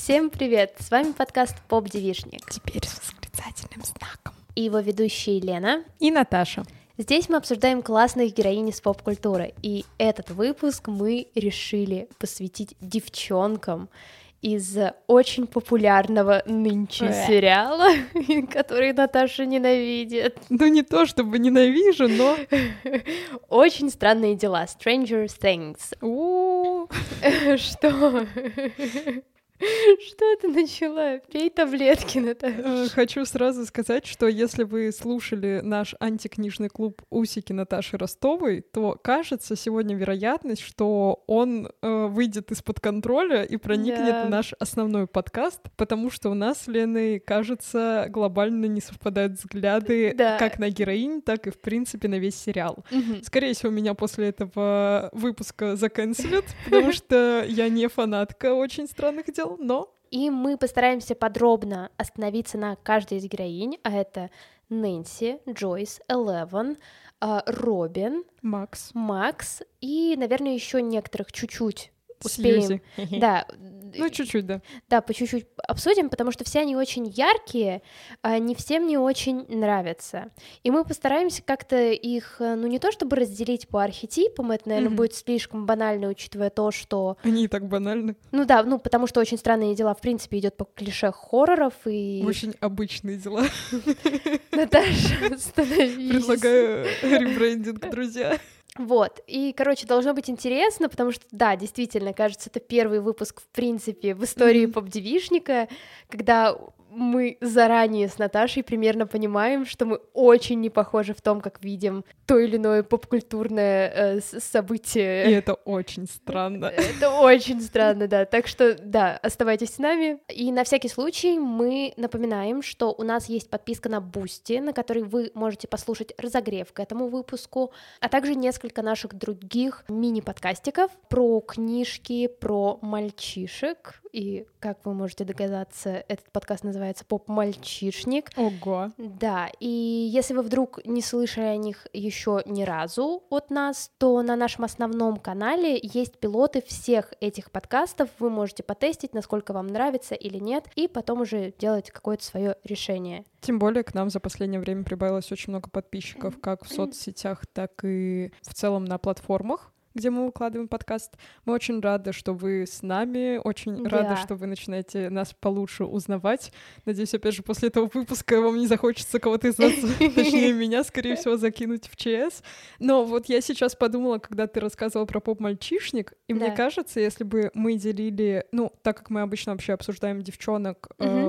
Всем привет! С вами подкаст «Поп-девишник». Теперь с восклицательным знаком. И его ведущие Лена и Наташа. Здесь мы обсуждаем классных героинь из поп-культуры, и этот выпуск мы решили посвятить девчонкам из очень популярного нынче сериала, который Наташа ненавидит. Ну, не то чтобы ненавижу, но... Очень странные дела. Stranger Things. Что? Что ты начала? Пей таблетки, Наташа. Хочу сразу сказать, что если вы слушали наш антикнижный клуб «Усики» Наташи Ростовой, то, кажется, сегодня вероятность, что он выйдет из-под контроля и проникнет в наш основной подкаст, потому что у нас с Леной, кажется, глобально не совпадают взгляды как на героинь, так и, в принципе, на весь сериал. Скорее всего, меня после этого выпуска заканцелят, потому что я не фанатка «Очень странных дел». Но... И мы постараемся подробно остановиться на каждой из героинь, а это Нэнси, Джойс, Элевен, Робин, Макс и, наверное, еще некоторых чуть-чуть успеем. Сьюзи. Да. Ну, чуть-чуть, да. Да, по чуть-чуть обсудим, потому что все они очень яркие, а не всем не очень нравятся. И мы постараемся как-то их, ну, не то чтобы разделить по архетипам, это, наверное, будет слишком банально, учитывая то, что... Они и так банальны. Ну да, ну, потому что «Очень странные дела», в принципе, идет по клише хорроров и... Очень обычные дела. Наташа, остановись. Предлагаю ребрендинг, друзья. Вот, и, короче, должно быть интересно, потому что, да, действительно, кажется, это первый выпуск, в принципе, в истории поп-девишника, когда мы заранее с Наташей примерно понимаем, что мы очень не похожи в том, как видим то или иное поп-культурное событие. И это очень странно. Это очень странно, да. Так что, да, оставайтесь с нами. И на всякий случай мы напоминаем, что у нас есть подписка на Boosty, на которой вы можете послушать разогрев к этому выпуску, а также несколько наших других мини-подкастиков про книжки, про мальчишек. И, как вы можете догадаться, этот подкаст называется «Поп-мальчишник». Ого! Да, и если вы вдруг не слышали о них еще ни разу от нас, то на нашем основном канале есть пилоты всех этих подкастов, вы можете потестить, насколько вам нравится или нет, и потом уже делать какое-то свое решение. Тем более к нам за последнее время прибавилось очень много подписчиков, как в соцсетях, так и в целом на платформах, где мы выкладываем подкаст. Мы очень рады, что вы с нами, очень рады, что вы начинаете нас получше узнавать. Надеюсь, опять же, после этого выпуска вам не захочется кого-то из нас, точнее, меня, скорее всего, закинуть в ЧС. Но вот я сейчас подумала, когда ты рассказывала про поп-мальчишник, и мне кажется, если бы мы делили, ну, так как мы обычно вообще обсуждаем девчонок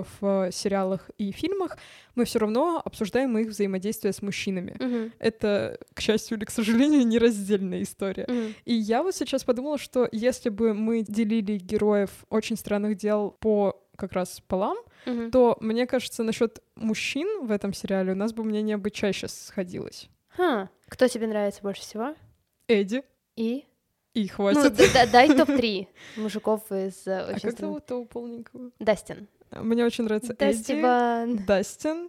в сериалах и фильмах, мы все равно обсуждаем их взаимодействие с мужчинами. Это, к счастью или к сожалению, нераздельная история. И я вот сейчас подумала, что если бы мы делили героев «Очень странных дел» по как раз полам, то, мне кажется, насчет мужчин в этом сериале у нас бы мнение бы чаще сходилось. Кто тебе нравится больше всего? Эдди. И хватит. Ну, дай топ-3 мужиков из «Очень странных». Как зовут того полненького? Дастин. Мне очень нравится Эдди, Дастин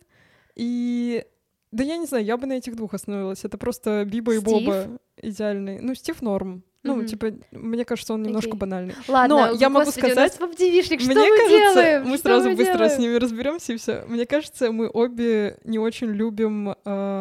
и... Да я не знаю, я бы на этих двух остановилась. Это просто Биба и Боба идеальные. Ну, Стив норм. Ну, типа, мне кажется, он немножко банальный. Ладно, но я могу сказать, поп-девишник, что мне мы кажется, делаем? Мы сразу быстро с ними разберемся и все. Мне кажется, мы обе не очень любим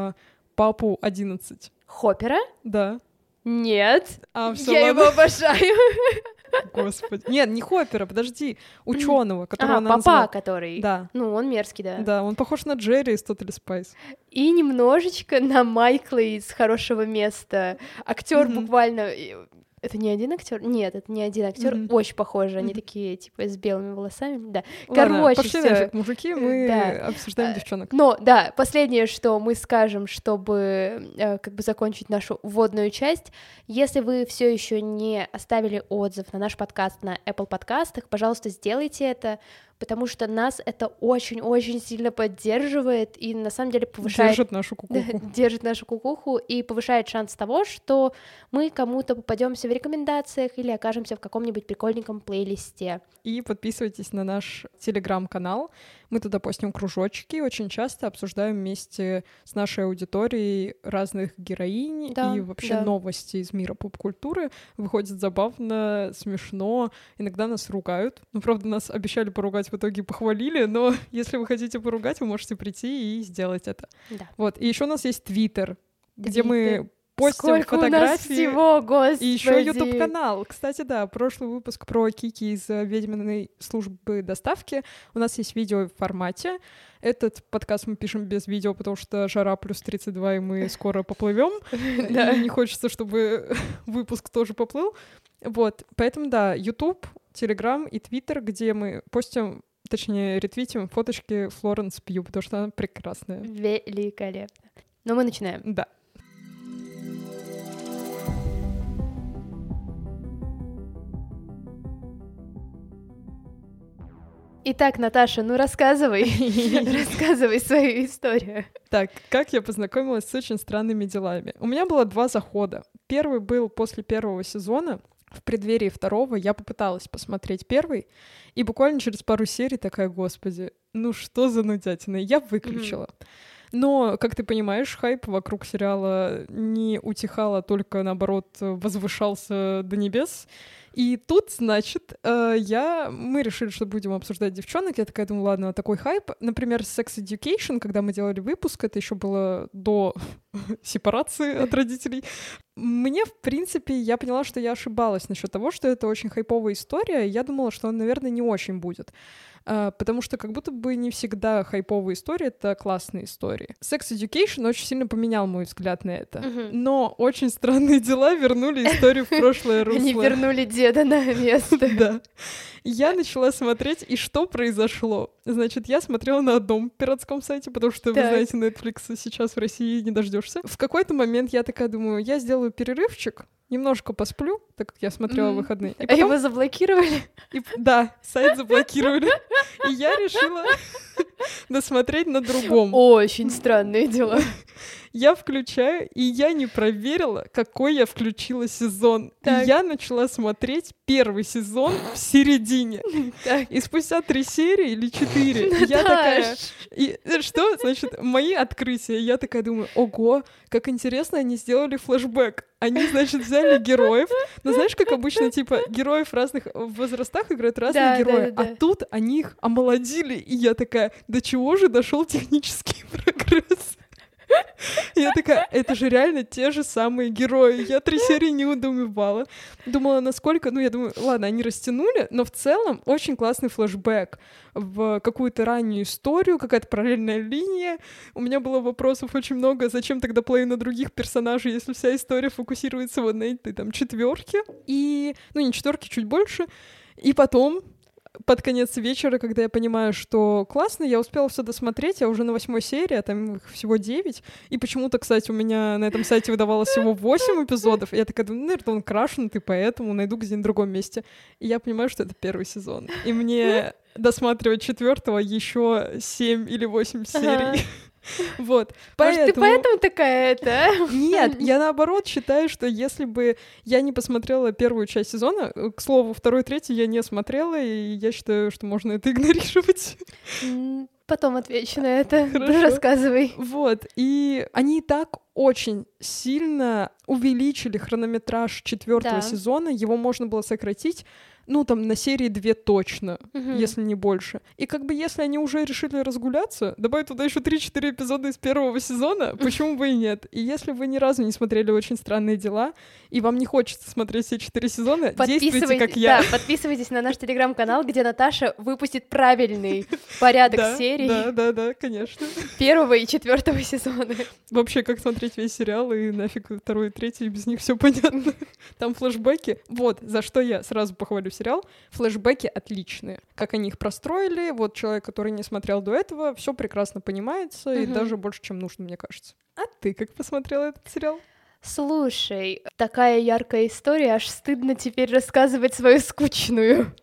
папу 11. Хоппера? Да. Нет. Я его обожаю. Господи. Нет, не Хоппера, подожди. Ученого, которого она папа, называет. Который. Да. Ну, он мерзкий, да. Да, он похож на Джерри из Totally Spice. И немножечко на Майкла из «Хорошего места». Актер буквально... Это не один актер? Нет, это не один актер. Очень похожи. Они такие, типа, с белыми волосами. Да. Ладно, короче, пошли нафиг, мужики, мы обсуждаем девчонок. Но, да, последнее, что мы скажем, чтобы как бы закончить нашу вводную часть. Если вы все еще не оставили отзыв на наш подкаст на Apple подкастах, пожалуйста, сделайте это, потому что нас это очень-очень сильно поддерживает и на самом деле повышает... Держит нашу кукуху. Держит нашу кукуху и повышает шанс того, что мы кому-то попадемся в рекомендациях или окажемся в каком-нибудь прикольненьком плейлисте. И подписывайтесь на наш телеграм-канал. Мы туда постим кружочки, очень часто обсуждаем вместе с нашей аудиторией разных героинь и вообще новости из мира поп-культуры. Выходит забавно, смешно, иногда нас ругают. Ну, правда, нас обещали поругать, в итоге похвалили, но если вы хотите поругать, вы можете прийти и сделать это. Да. Вот, и еще у нас есть Твиттер, где мы постим Сколько фотографии. У нас всего, господи. И еще YouTube-канал. Кстати, да, прошлый выпуск про Кики из ведьминой службы доставки. У нас есть видео в формате. Этот подкаст мы пишем без видео, потому что жара плюс 32, и мы скоро поплывем. И не хочется, чтобы выпуск тоже поплыл. Вот, поэтому, да, YouTube, Telegram и Twitter, где мы постим, точнее, ретвитим фоточки Флоренс Пью, потому что она прекрасная. Великолепно. Но мы начинаем. Да. Итак, Наташа, ну рассказывай свою историю. Так, как я познакомилась с «Очень странными делами»? У меня было 2 захода. Первый был после 1 сезона. В преддверии 2 я попыталась посмотреть 1, и буквально через пару серий такая: господи, ну что за нудятина? Я выключила. Но, как ты понимаешь, хайп вокруг сериала не утихал, а только, наоборот, возвышался до небес. И тут, значит, мы решили, что будем обсуждать девчонок. Я такая думаю, ладно, такой хайп. Например, Sex Education, когда мы делали выпуск, это еще было до сепарации от родителей. Мне, в принципе, я поняла, что я ошибалась насчет того, что это очень хайповая история. Я думала, что он, наверное, не очень будет. Потому что как будто бы не всегда хайповые истории — это классные истории. Sex Education очень сильно поменял мой взгляд на это. Но «Очень странные дела» вернули историю в прошлое русло. Они вернули деда на место. Да. Я начала смотреть, и что произошло? Значит, я смотрела на одном пиратском сайте, потому что, вы знаете, Netflix сейчас в России не дождешься. В какой-то момент я такая думаю, я сделаю перерывчик, немножко посплю, так как я смотрела в выходные. И потом... его заблокировали? Да, сайт заблокировали. И я решила досмотреть на другом. Очень странные дела. Я включаю, и я не проверила, какой я включила сезон. Так. И я начала смотреть 1 сезон в середине. Так. И спустя 3 серии или 4 я такая... И что? Значит, мои открытия. Я такая думаю, ого, как интересно они сделали флешбэк. Они, значит, взяли героев. Но знаешь, как обычно, типа, героев в разных возрастах играют разные герои. Да. А тут они их омолодили. И я такая, до чего же дошел технический прогресс? Я такая, это же реально те же самые герои. Я 3 серии не удумевала. Думала, насколько... Ну, я думаю, ладно, они растянули, но в целом очень классный флешбэк в какую-то раннюю историю, какая-то параллельная линия. У меня было вопросов очень много, зачем тогда плей на других персонажей, если вся история фокусируется вот на этой там 4. И... Ну, не 4, чуть больше. И потом... Под конец вечера, когда я понимаю, что классно, я успела все досмотреть, я уже на 8 серии, а там их всего 9. И почему-то, кстати, у меня на этом сайте выдавалось всего 8 эпизодов. И я такая думаю, наверное, он крашенутый, поэтому найду где-нибудь в другом месте. И я понимаю, что это 1 сезон. И мне досматривать 4 еще 7 или 8 серий. Вот. Может, ты поэтому такая это? Нет, я наоборот считаю, что если бы я не посмотрела 1 часть сезона, к слову, 2, 3 я не смотрела, и я считаю, что можно это игнорировать. Потом отвечу на это. Хорошо. Рассказывай. Вот. И они так очень сильно увеличили хронометраж 4 сезона, его можно было сократить, ну, там, на серии 2 точно, если не больше. И как бы если они уже решили разгуляться, добавить туда еще 3-4 эпизода из 1 сезона, почему бы и нет? И если вы ни разу не смотрели «Очень странные дела», и вам не хочется смотреть все 4 сезона, действуйте, как я. Да, подписывайтесь на наш телеграм-канал, где Наташа выпустит правильный порядок серий. Да, конечно. 1 и 4 сезона. Вообще, как смотреть весь сериал, и нафиг 2 и 3, и без них все понятно. Там флешбеки. Вот, за что я сразу похвалю сериал. Флешбеки отличные. Как они их простроили, вот человек, который не смотрел до этого, все прекрасно понимается, и даже больше, чем нужно, мне кажется. А ты как посмотрела этот сериал? Слушай, такая яркая история, аж стыдно теперь рассказывать свою скучную.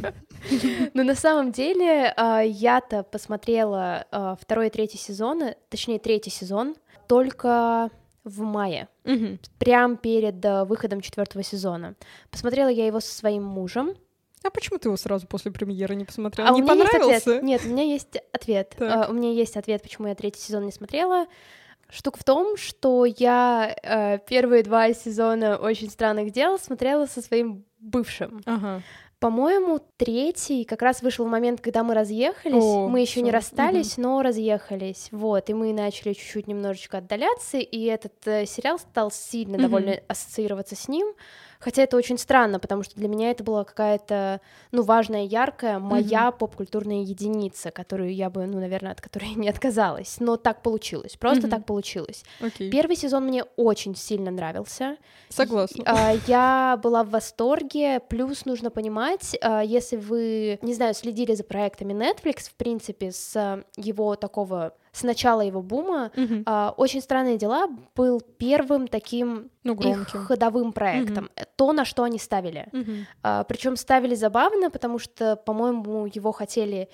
Но на самом деле я-то посмотрела 2 и 3 сезоны, точнее 3 сезон, только в мае, прям перед выходом 4 сезона. Посмотрела я его со своим мужем, А почему ты его сразу после премьеры не посмотрела? Не у меня понравился? Есть ответ. Нет, у меня есть ответ. У меня есть ответ, почему я 3-й сезон не смотрела. Штука в том, что я первые 2 сезона «Очень странных дел» смотрела со своим бывшим. Ага. По-моему, 3-й как раз вышел в момент, когда мы разъехались. Мы еще не расстались, но разъехались. Вот, и мы начали чуть-чуть немножечко отдаляться, и этот сериал стал сильно довольно ассоциироваться с ним. Хотя это очень странно, потому что для меня это была какая-то, важная, яркая, моя поп-культурная единица, которую я бы, наверное, от которой не отказалась. Но так получилось, просто так получилось. Первый сезон мне очень сильно нравился. Согласна. Я была в восторге, плюс нужно понимать, если вы, не знаю, следили за проектами Netflix, в принципе, с его такого... С начала его бума «Очень странные дела» был первым таким их ходовым проектом. То, на что они ставили. Причем ставили забавно, потому что, по-моему, его хотели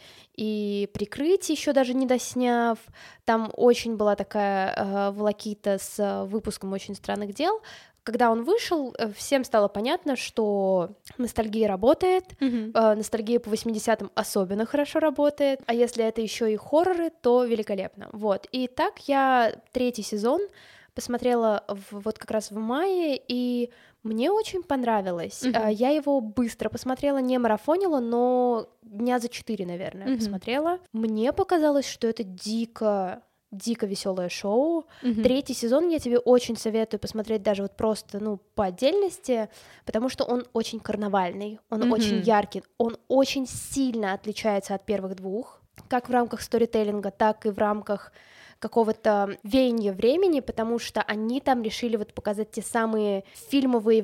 и прикрыть, еще даже не досняв. Там очень была такая волокита с выпуском «Очень странных дел». Когда он вышел, всем стало понятно, что ностальгия работает, ностальгия по 80-м особенно хорошо работает, а если это еще и хорроры, то великолепно. Вот. И так я 3-й сезон посмотрела вот как раз в мае, и мне очень понравилось. Я его быстро посмотрела, не марафонила, но дня за 4, наверное, посмотрела. Мне показалось, что это дико веселое шоу. 3-й сезон я тебе очень советую посмотреть даже вот просто, по отдельности, потому что он очень карнавальный, он очень яркий, он очень сильно отличается от первых 2, как в рамках сторителлинга, так и в рамках какого-то веяния времени, потому что они там решили вот показать те самые фильмовые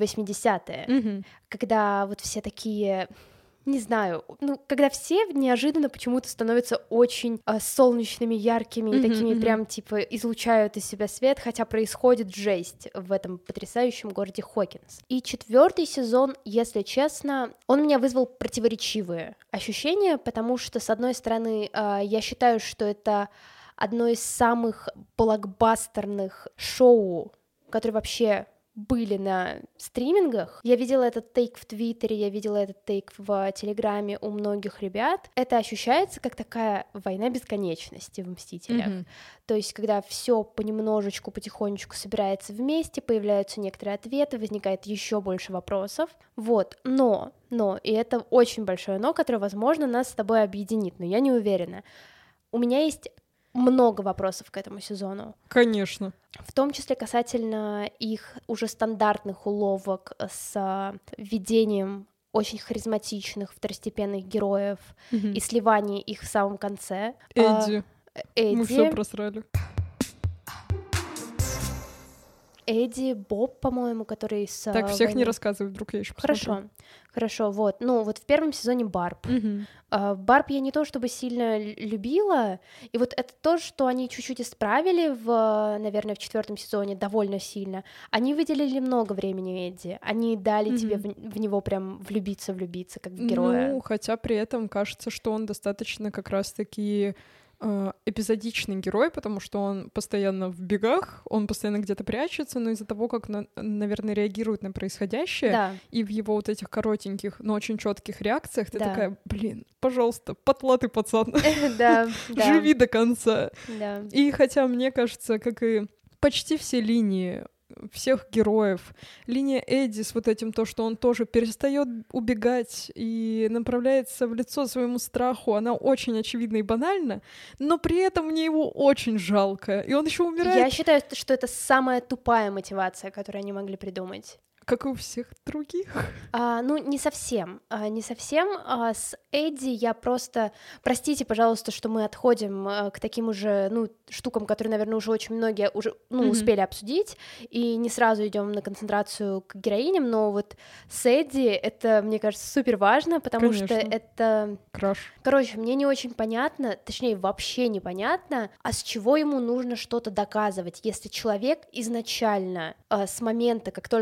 80-е, когда вот все такие... Не знаю, когда все неожиданно почему-то становятся очень солнечными, яркими и такими прям, типа, излучают из себя свет, хотя происходит жесть в этом потрясающем городе Хокинс. И 4-й сезон, если честно, он у меня вызвал противоречивые ощущения, потому что, с одной стороны, я считаю, что это одно из самых блокбастерных шоу, которые вообще... были на стримингах. Я видела этот тейк в Твиттере, я видела этот тейк в Телеграме у многих ребят. Это ощущается как такая война бесконечности в «Мстителях». То есть, когда все понемножечку, потихонечку собирается вместе, появляются некоторые ответы, возникает еще больше вопросов. Вот, но, и это очень большое но, которое, возможно, нас с тобой объединит, но я не уверена. У меня есть много вопросов к этому сезону. Конечно. В том числе касательно их уже стандартных уловок с введением очень харизматичных второстепенных героев и сливание их в самом конце. Эдди. Мы все просрали. Эдди, Боб, по-моему, который с... Так, всех не рассказывай, вдруг я еще посмотрю. Хорошо, вот. Вот в первом сезоне Барб. Барб я не то чтобы сильно любила, и вот это то, что они чуть-чуть исправили, наверное, в 4-м сезоне довольно сильно. Они выделили много времени Эдди, они дали тебе в него прям влюбиться, как в героя. Хотя при этом кажется, что он достаточно как раз-таки... эпизодичный герой, потому что он постоянно в бегах, он постоянно где-то прячется, но из-за того, как, наверное, реагирует на происходящее, и в его вот этих коротеньких, но очень четких реакциях, ты такая, пожалуйста, потлатый пацан, живи до конца. И хотя мне кажется, как и почти все линии всех героев. Линия Эдди с вот этим, то, что он тоже перестает убегать и направляется в лицо своему страху, она очень очевидна и банальна, но при этом мне его очень жалко, и он еще умирает. Я считаю, что это самая тупая мотивация, которую они могли придумать. Как и у всех других. Не совсем. С Эдди я просто... Простите, пожалуйста, что мы отходим к таким уже, штукам, которые, наверное, уже очень многие уже, успели обсудить, и не сразу идем на концентрацию к героиням, но вот с Эдди это, мне кажется, супер важно, потому что это... Краш. Короче, мне не очень понятно, точнее, вообще непонятно, а с чего ему нужно что-то доказывать, если человек изначально, с момента, как только он начал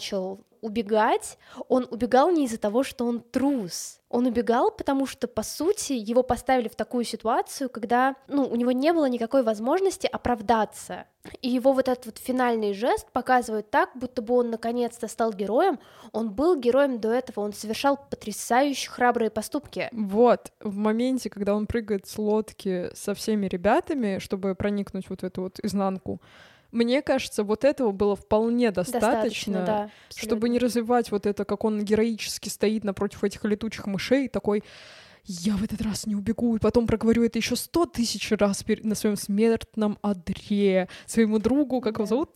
начал убегать, он убегал не из-за того, что он трус. Он убегал, потому что, по сути, его поставили в такую ситуацию, когда, у него не было никакой возможности оправдаться. И его вот этот вот финальный жест показывает так, будто бы он наконец-то стал героем. Он был героем до этого, он совершал потрясающе храбрые поступки. Вот, в моменте, когда он прыгает с лодки со всеми ребятами, чтобы проникнуть вот в эту вот изнанку, мне кажется, вот этого было вполне достаточно, да, чтобы не развивать вот это, как он героически стоит напротив этих летучих мышей, такой: я в этот раз не убегу, и потом проговорю это еще 100 000 раз на своем смертном одре своему другу, как его зовут?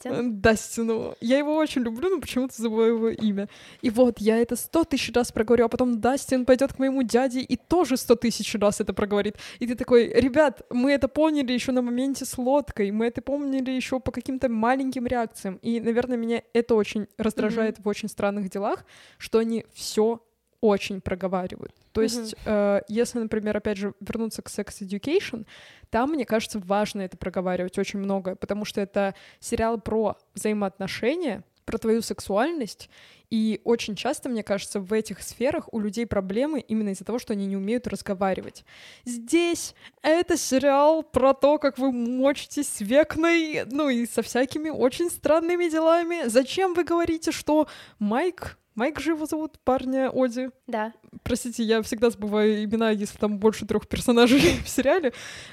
Дастину. Я его очень люблю, но почему-то забываю его имя. И вот, я это 100 000 раз проговорю, а потом Дастин пойдет к моему дяде и тоже 100 000 раз это проговорит. И ты такой: ребят, мы это поняли еще на моменте с лодкой, мы это помнили еще по каким-то маленьким реакциям. И, наверное, меня это очень раздражает в «Очень странных делах», что они все очень проговаривают. То есть, если, например, опять же, вернуться к Sex Education, там, мне кажется, важно это проговаривать очень много, потому что это сериал про взаимоотношения, про твою сексуальность, и очень часто, мне кажется, в этих сферах у людей проблемы именно из-за того, что они не умеют разговаривать. Здесь это сериал про то, как вы мочитесь с Векной, и со всякими очень странными делами. Зачем вы говорите, что Майк же его зовут, парня Оди? Да. Простите, я всегда забываю имена, если там больше 3 персонажей в сериале.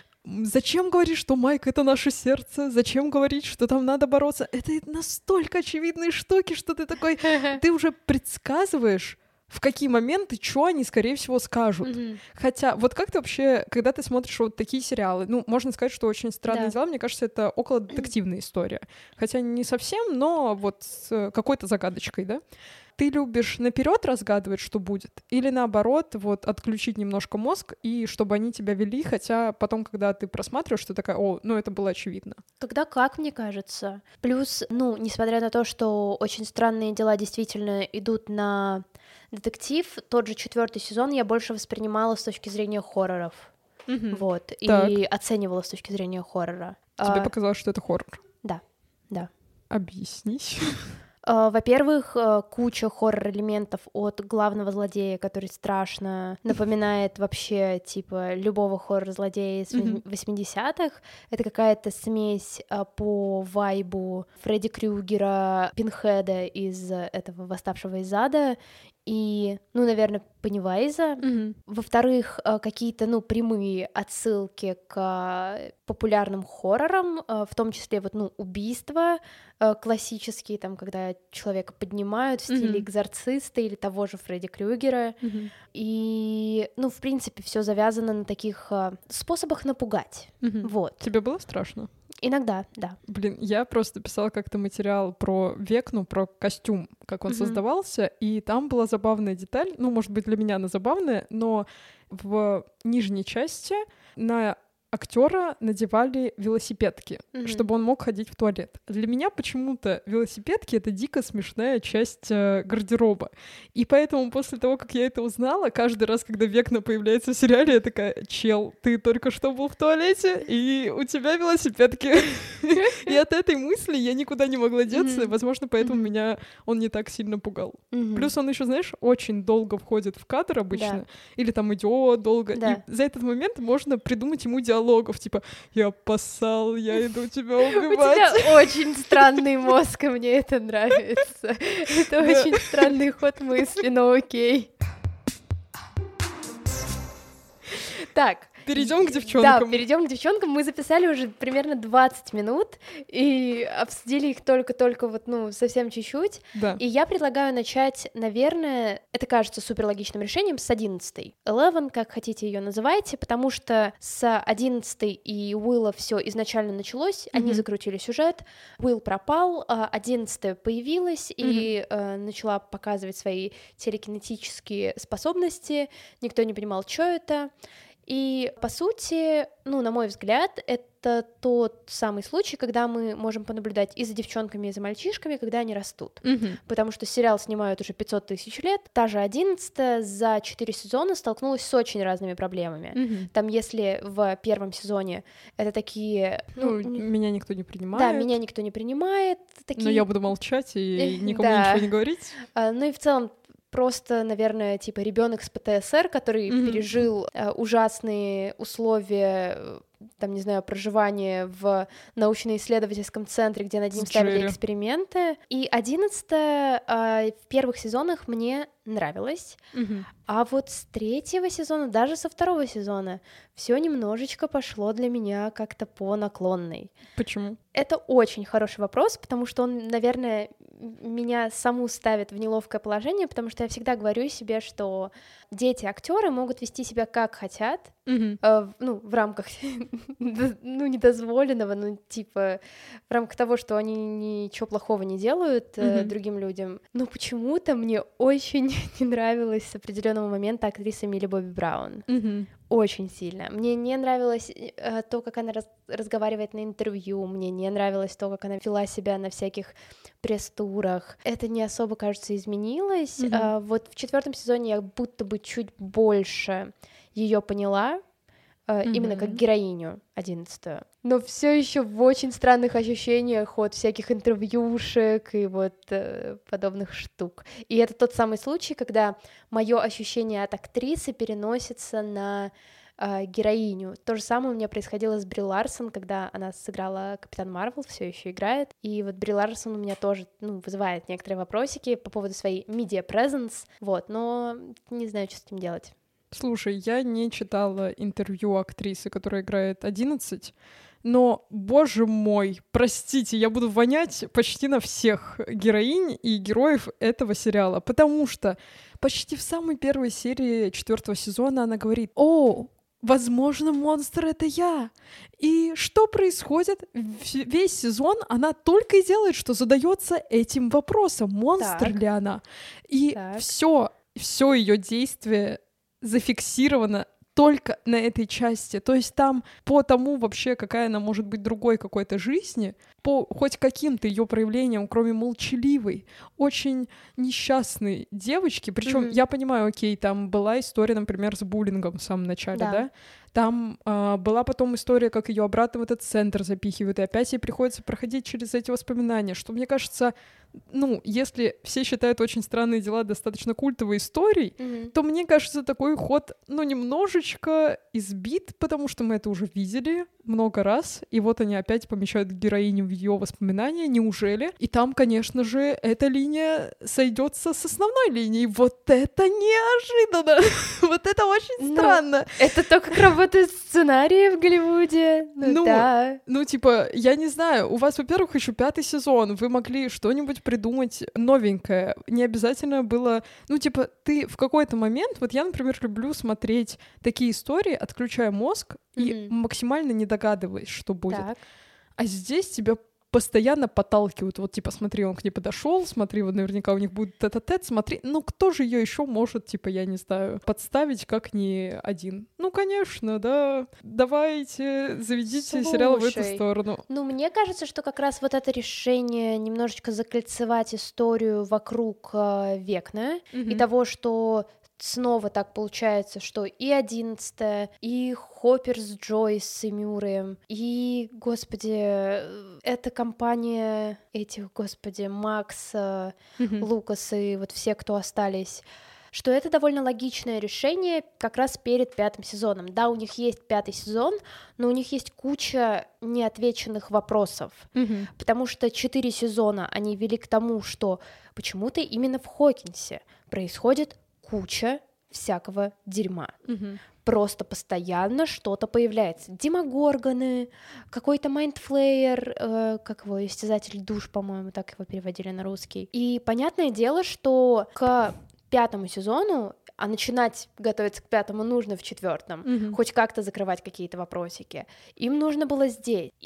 Зачем говорить, что Майк — это наше сердце? Зачем говорить, что там надо бороться? Это настолько очевидные штуки, что ты такой... Ты уже предсказываешь, в какие моменты, что они, скорее всего, скажут. Хотя, вот как ты вообще, когда ты смотришь вот такие сериалы, можно сказать, что «Очень странные дела», мне кажется, это околодетективная история. Хотя не совсем, но вот с какой-то загадочкой, да? Ты любишь наперед разгадывать, что будет, или наоборот, вот отключить немножко мозг, и чтобы они тебя вели, хотя потом, когда ты просматриваешь, ты такая: это было очевидно. Когда как, мне кажется. Плюс, несмотря на то, что «Очень странные дела» действительно идут на детектив, тот же 4-й сезон я больше воспринимала с точки зрения хорроров. Вот, так. И оценивала с точки зрения хоррора. Тебе показалось, что это хоррор? Да. Объясни. Во-первых, куча хоррор-элементов от главного злодея, который страшно напоминает вообще, любого хоррор-злодея из 80-х. Это какая-то смесь по вайбу Фредди Крюгера, Пинхеда из этого «Восставшего из ада», и, наверное, Пеннивайза. Во-вторых, какие-то, прямые отсылки к популярным хоррорам, в том числе убийства классические, когда человека поднимают в стиле «Экзорциста» или того же Фредди Крюгера. И, в принципе, все завязано на таких способах напугать. Вот. Тебе было страшно? Иногда, да. Блин, я просто писала как-то материал про Векну, про костюм, как он создавался, и там была забавная деталь, может быть, для меня она забавная, но в нижней части на актера надевали велосипедки, чтобы он мог ходить в туалет. Для меня почему-то велосипедки — это дико смешная часть гардероба. И поэтому после того, как я это узнала, каждый раз, когда Векна появляется в сериале, я такая: чел, ты только что был в туалете, и у тебя велосипедки. И от этой мысли я никуда не могла деться, возможно, поэтому меня он не так сильно пугал. Плюс он еще, знаешь, очень долго входит в кадр обычно, или там идет долго, и за этот момент можно придумать ему диалогов, типа: я поссал, я иду тебя убивать. У тебя очень странный мозг, и мне это нравится. Это очень странный ход мысли, но окей. Так. Перейдем к девчонкам. Да, перейдем к девчонкам. Мы записали уже примерно 20 минут и обсудили их только совсем чуть-чуть. Да. И я предлагаю начать, наверное, это кажется суперлогичным решением, с 11-й. 11, как хотите ее называйте, потому что с 11-й и Уилла все изначально началось, они закрутили сюжет, Уилл пропал, 11-я появилась и начала показывать свои телекинетические способности, никто не понимал, что это. И, по сути, на мой взгляд, это это тот самый случай, когда мы можем понаблюдать и за девчонками, и за мальчишками, когда они растут. Потому что сериал снимают уже 500 тысяч лет. Та же 11-я за 4 сезона столкнулась с очень разными проблемами. Там, если в первом сезоне это такие... меня никто не принимает. Да, меня никто не принимает. Но я буду молчать и никому ничего не говорить. Ну и в целом просто, наверное, типа ребенок с ПТСР, который пережил ужасные условия, там, не знаю, проживания в научно-исследовательском центре, где над ним ставили эксперименты. И 11-я в первых сезонах мне нравилась, а вот с 3-го сезона, даже со 2-го сезона, все немножечко пошло для меня как-то по наклонной. Почему? Это очень хороший вопрос, потому что он, наверное, меня саму ставит в неловкое положение, потому что я всегда говорю себе, что дети-актеры могут вести себя как хотят, в рамках, недозволенного, типа, в рамках того, что они ничего плохого не делают другим людям. Но почему-то мне очень не нравилась с определенного момента актриса Милли Бобби Браун. Очень сильно. Мне не нравилось то, как она разговаривает на интервью, мне не нравилось то, как она вела себя на всяких пресс-турах. Это не особо, кажется, изменилось. Вот в 4-м сезоне я будто бы чуть больше ее поняла, именно как героиню 11-ю. Но все еще в очень странных ощущениях от всяких интервьюшек и вот подобных штук. И это тот самый случай, когда мое ощущение от актрисы переносится на героиню. То же самое у меня происходило с Бри Ларсон, когда она сыграла Капитан Марвел, все еще играет. И вот Бри Ларсон у меня тоже вызывает некоторые вопросики по поводу своей media presence, вот, но не знаю, что с этим делать. Слушай, я не читала интервью актрисы, которая играет 11, но, боже мой, простите, я буду вонять почти на всех героинь и героев этого сериала, потому что почти в самой первой серии 4-го сезона она говорит: «О, возможно, монстр — это я». И что происходит? Весь сезон она только и делает, что задается этим вопросом, монстр ли она. И все ее действие зафиксировано только на этой части. То есть там по тому вообще, какая она может быть другой какой-то жизни, по хоть каким-то ее проявлениям, кроме молчаливой, очень несчастной девочки, причем я понимаю, окей, там была история, например, с буллингом в самом начале, да? Там была потом история, как ее обратно в этот центр запихивают, и опять ей приходится проходить через эти воспоминания, что, мне кажется, если все считают «Очень странные дела» достаточно культовой историей, то, мне кажется, такой ход, немножечко избит, потому что мы это уже видели много раз, и вот они опять помещают героиню в ее воспоминания, неужели? И там, конечно же, эта линия сойдется с основной линией. Вот это неожиданно! Вот это очень странно! Это то, как работает сценарий в Голливуде. Да. Я не знаю, у вас, во-первых, еще 5-й сезон, вы могли что-нибудь придумать новенькое. Не обязательно было... ты в какой-то момент... Вот я, например, люблю смотреть такие истории, отключая мозг и максимально не догадываясь, что будет. Так. А здесь тебя постоянно подталкивают. Вот, смотри, он к ней подошел, смотри, вот наверняка у них будет тет-а-тет, смотри. Кто же ее еще может, я не знаю, подставить, как не один? Конечно, да. Давайте, заведите сериал в эту сторону. Мне кажется, что как раз вот это решение немножечко закольцевать историю вокруг Векна и того, что снова так получается, что и 11-я, и Хоппер с Джойс и Мюрреем, и, эта компания этих, Макс, Лукас и вот все, кто остались, что это довольно логичное решение как раз перед 5-м сезоном. Да, у них есть 5-й сезон, но у них есть куча неотвеченных вопросов, потому что 4 сезона они вели к тому, что почему-то именно в Хокинсе происходит куча всякого дерьма. Просто постоянно что-то появляется. Демогоргоны, какой-то майндфлеер, как его, истязатель душ, по-моему, так его переводили на русский. И понятное дело, что к 5-му сезону, а начинать готовиться к 5-му нужно в 4-м, хоть как-то закрывать какие-то вопросики. Им нужно было здесь. И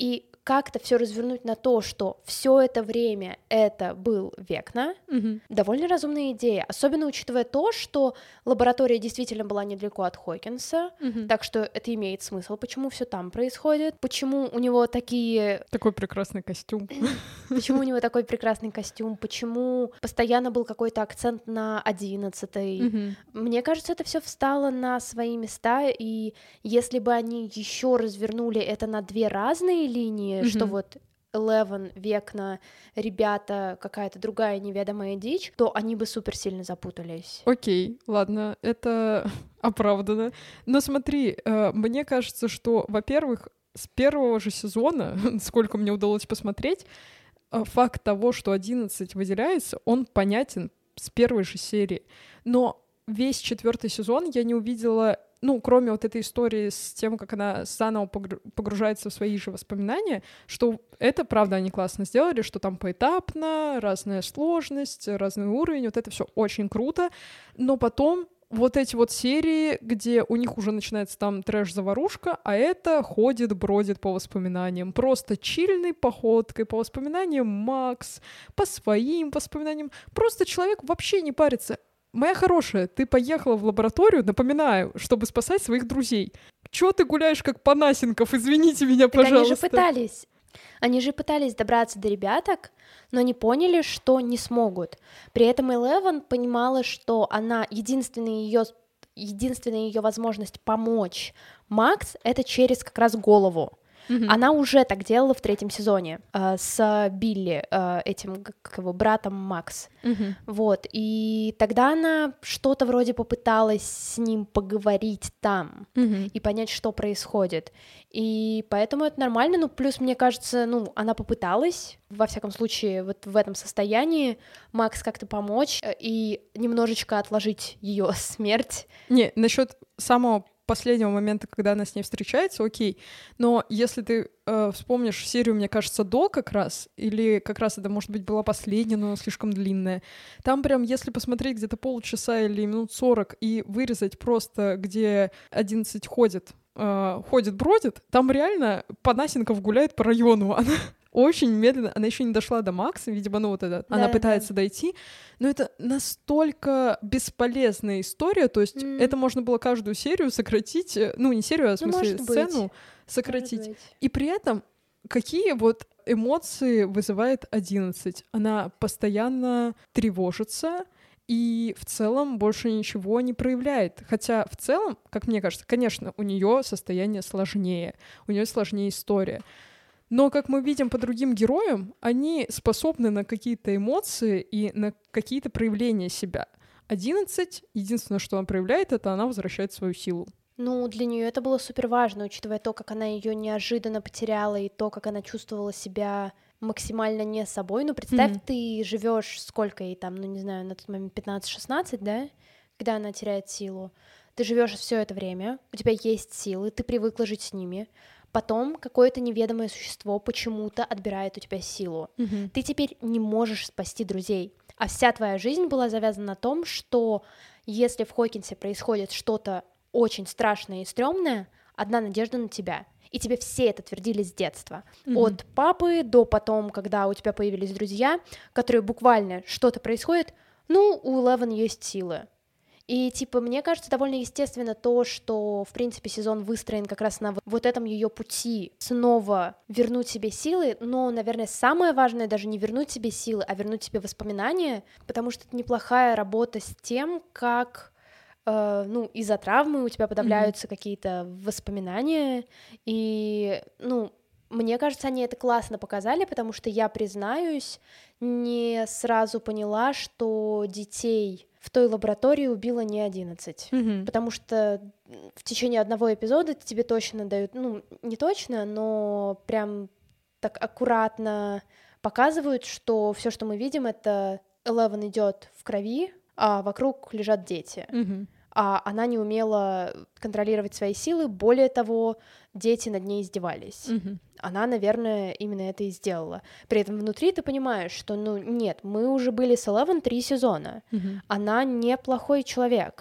как-то все развернуть на то, что все это время это был Векна, довольно разумная идея, особенно учитывая то, что лаборатория действительно была недалеко от Хокинса, так что это имеет смысл, почему все там происходит, почему у него такой прекрасный костюм. Почему у него такой прекрасный костюм, почему постоянно был какой-то акцент на 11-й. Мне кажется, это все встало на свои места, и если бы они еще развернули это на две разные линии, что вот Eleven, Векна, ребята, какая-то другая неведомая дичь, то они бы супер сильно запутались. Окей, ладно, это оправдано. Но смотри, мне кажется, что, во-первых, с первого же сезона, сколько мне удалось посмотреть, факт того, что 11 выделяется, он понятен с первой же серии. Но весь 4-й сезон я не увидела, кроме вот этой истории с тем, как она заново погружается в свои же воспоминания, что это, правда, они классно сделали, что там поэтапно, разная сложность, разный уровень, вот это все очень круто. Но потом вот эти вот серии, где у них уже начинается там трэш-заварушка, а это ходит, бродит по воспоминаниям. Просто чильной походкой по воспоминаниям Макс, по своим воспоминаниям. Просто человек вообще не парится. Моя хорошая, ты поехала в лабораторию, напоминаю, чтобы спасать своих друзей. Чё ты гуляешь как Панасенков? Извините меня, пожалуйста. Они же пытались добраться до ребяток, но не поняли, что не смогут. При этом Eleven понимала, что она единственная ее возможность помочь Макс — это через как раз голову. Она уже так делала в 3-м сезоне с Билли, этим, как его, братом Макс. Вот, и тогда она что-то вроде попыталась с ним поговорить там и понять, что происходит. И поэтому это нормально, плюс, мне кажется, она попыталась, во всяком случае, вот в этом состоянии Макс как-то помочь и немножечко отложить ее смерть. Не, насчет самого последнего момента, когда она с ней встречается, окей, но если ты вспомнишь серию, мне кажется, до как раз, или как раз это, может быть, была последняя, но слишком длинная, там прям, если посмотреть где-то полчаса или минут 40 и вырезать просто, где 11 ходит-бродит, там реально Панасенков гуляет по району, она очень медленно, она еще не дошла до Макса, видимо, она пытается дойти, но это настолько бесполезная история, то есть это можно было каждую серию сократить, не серию, а в смысле сцену сократить. И при этом какие вот эмоции вызывает 11? Она постоянно тревожится и в целом больше ничего не проявляет. Хотя в целом, как мне кажется, конечно, у нее состояние сложнее, у нее сложнее история. Но, как мы видим по другим героям, они способны на какие-то эмоции и на какие-то проявления себя. 11, единственное, что она проявляет, это она возвращает свою силу. Для нее это было супер важно, учитывая то, как она ее неожиданно потеряла, и то, как она чувствовала себя максимально не собой. Представь, ты живешь сколько ей там, не знаю, на тот момент 15-16, да, когда она теряет силу. Ты живешь все это время, у тебя есть силы, ты привыкла жить с ними. Потом какое-то неведомое существо почему-то отбирает у тебя силу. Ты теперь не можешь спасти друзей. А вся твоя жизнь была завязана на том, что если в Хокинсе происходит что-то очень страшное и стрёмное, одна надежда на тебя. И тебе все это твердили с детства. От папы до потом, когда у тебя появились друзья, которые буквально что-то происходит, у Eleven есть силы. И, мне кажется, довольно естественно то, что, в принципе, сезон выстроен как раз на вот этом ее пути снова вернуть себе силы, но, наверное, самое важное даже не вернуть себе силы, а вернуть себе воспоминания, потому что это неплохая работа с тем, как, из-за травмы у тебя подавляются какие-то воспоминания, и, мне кажется, они это классно показали, потому что, я признаюсь, не сразу поняла, что детей в той лаборатории убило не 11, потому что в течение одного эпизода тебе точно дают, не точно, но прям так аккуратно показывают, что все, что мы видим, это Eleven идет в крови, а вокруг лежат дети. А она не умела контролировать свои силы, более того, дети над ней издевались. Она, наверное, именно это и сделала. При этом внутри ты понимаешь, что, нет, мы уже были с Eleven 3 сезона. Она неплохой человек.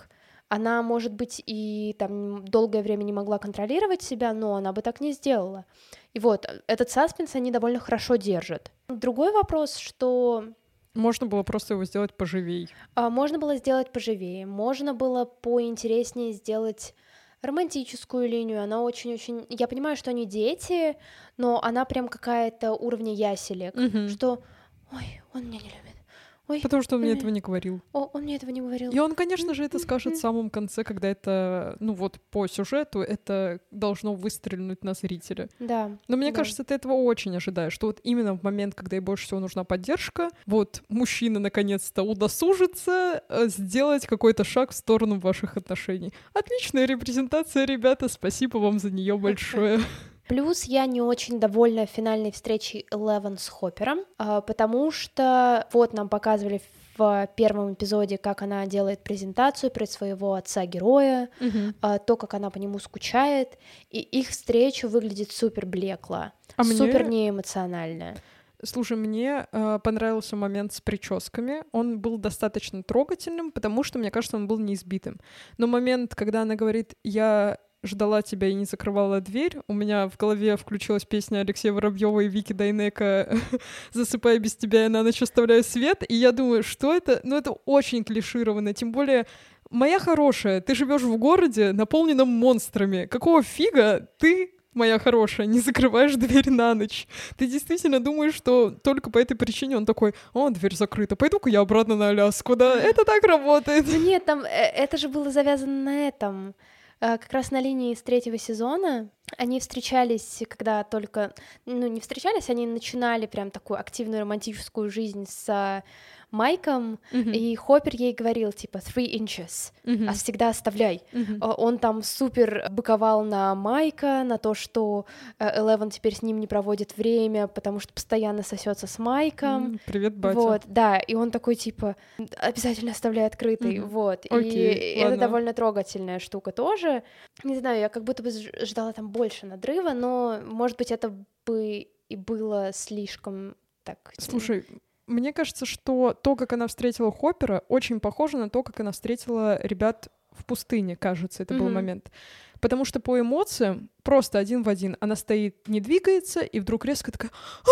Она, может быть, и там долгое время не могла контролировать себя, но она бы так не сделала. И вот, этот саспенс они довольно хорошо держат. Другой вопрос, что... Можно было просто его сделать поживей. Можно было сделать поживее, можно было поинтереснее сделать романтическую линию. Она очень-очень... Я понимаю, что они дети, но она прям какая-то уровня яселек, что... Ой, он меня не любит. Ой, потому что он мне этого не говорил. Он мне этого не говорил. И он, конечно же, это скажет в самом конце, когда это, ну вот по сюжету, это должно выстрелить на зрителя. Да. Но мне кажется, ты этого очень ожидаешь, что вот именно в момент, когда ей больше всего нужна поддержка, вот мужчина наконец-то удосужится сделать какой-то шаг в сторону ваших отношений. Отличная репрезентация, ребята, спасибо вам за нее большое. Плюс я не очень довольна финальной встречей Элевен с Хоппером, потому что вот нам показывали в первом эпизоде, как она делает презентацию про своего отца-героя, то, как она по нему скучает, и их встреча выглядит супер блекло, супер неэмоционально. Слушай, мне понравился момент с прическами. Он был достаточно трогательным, потому что, мне кажется, он был неизбитым. Но момент, когда она говорит: «Я ждала тебя и не закрывала дверь», у меня в голове включилась песня Алексея Воробьева и Вики Дайнеко «Засыпай без тебя, я на ночь оставляю свет». И я думаю, что это? Ну, это очень клишированно. Тем более, моя хорошая, ты живешь в городе, наполненном монстрами. Какого фига ты, моя хорошая, не закрываешь дверь на ночь? Ты действительно думаешь, что только по этой причине он такой: «О, дверь закрыта, пойду-ка я обратно на Аляску», да? Это так работает. Ну нет, там это же было завязано на этом. Как раз на линии с 3-го сезона они встречались, когда только... Ну, не встречались, они начинали прям такую активную романтическую жизнь с Майком, и Хоппер ей говорил, типа, 3 inches, а всегда оставляй. Он там супер быковал на Майка, на то, что Элевен теперь с ним не проводит время, потому что постоянно сосется с Майком. Привет, батя. Вот, да, и он такой, типа, обязательно оставляй открытый, вот. Окей, и это довольно трогательная штука тоже. Не знаю, я как будто бы ждала там больше надрыва, но, может быть, это бы и было слишком так... Слушай, мне кажется, что то, как она встретила Хоппера, очень похоже на то, как она встретила ребят в пустыне, кажется, это был момент. Потому что по эмоциям просто один в один она стоит, не двигается, и вдруг резко такая: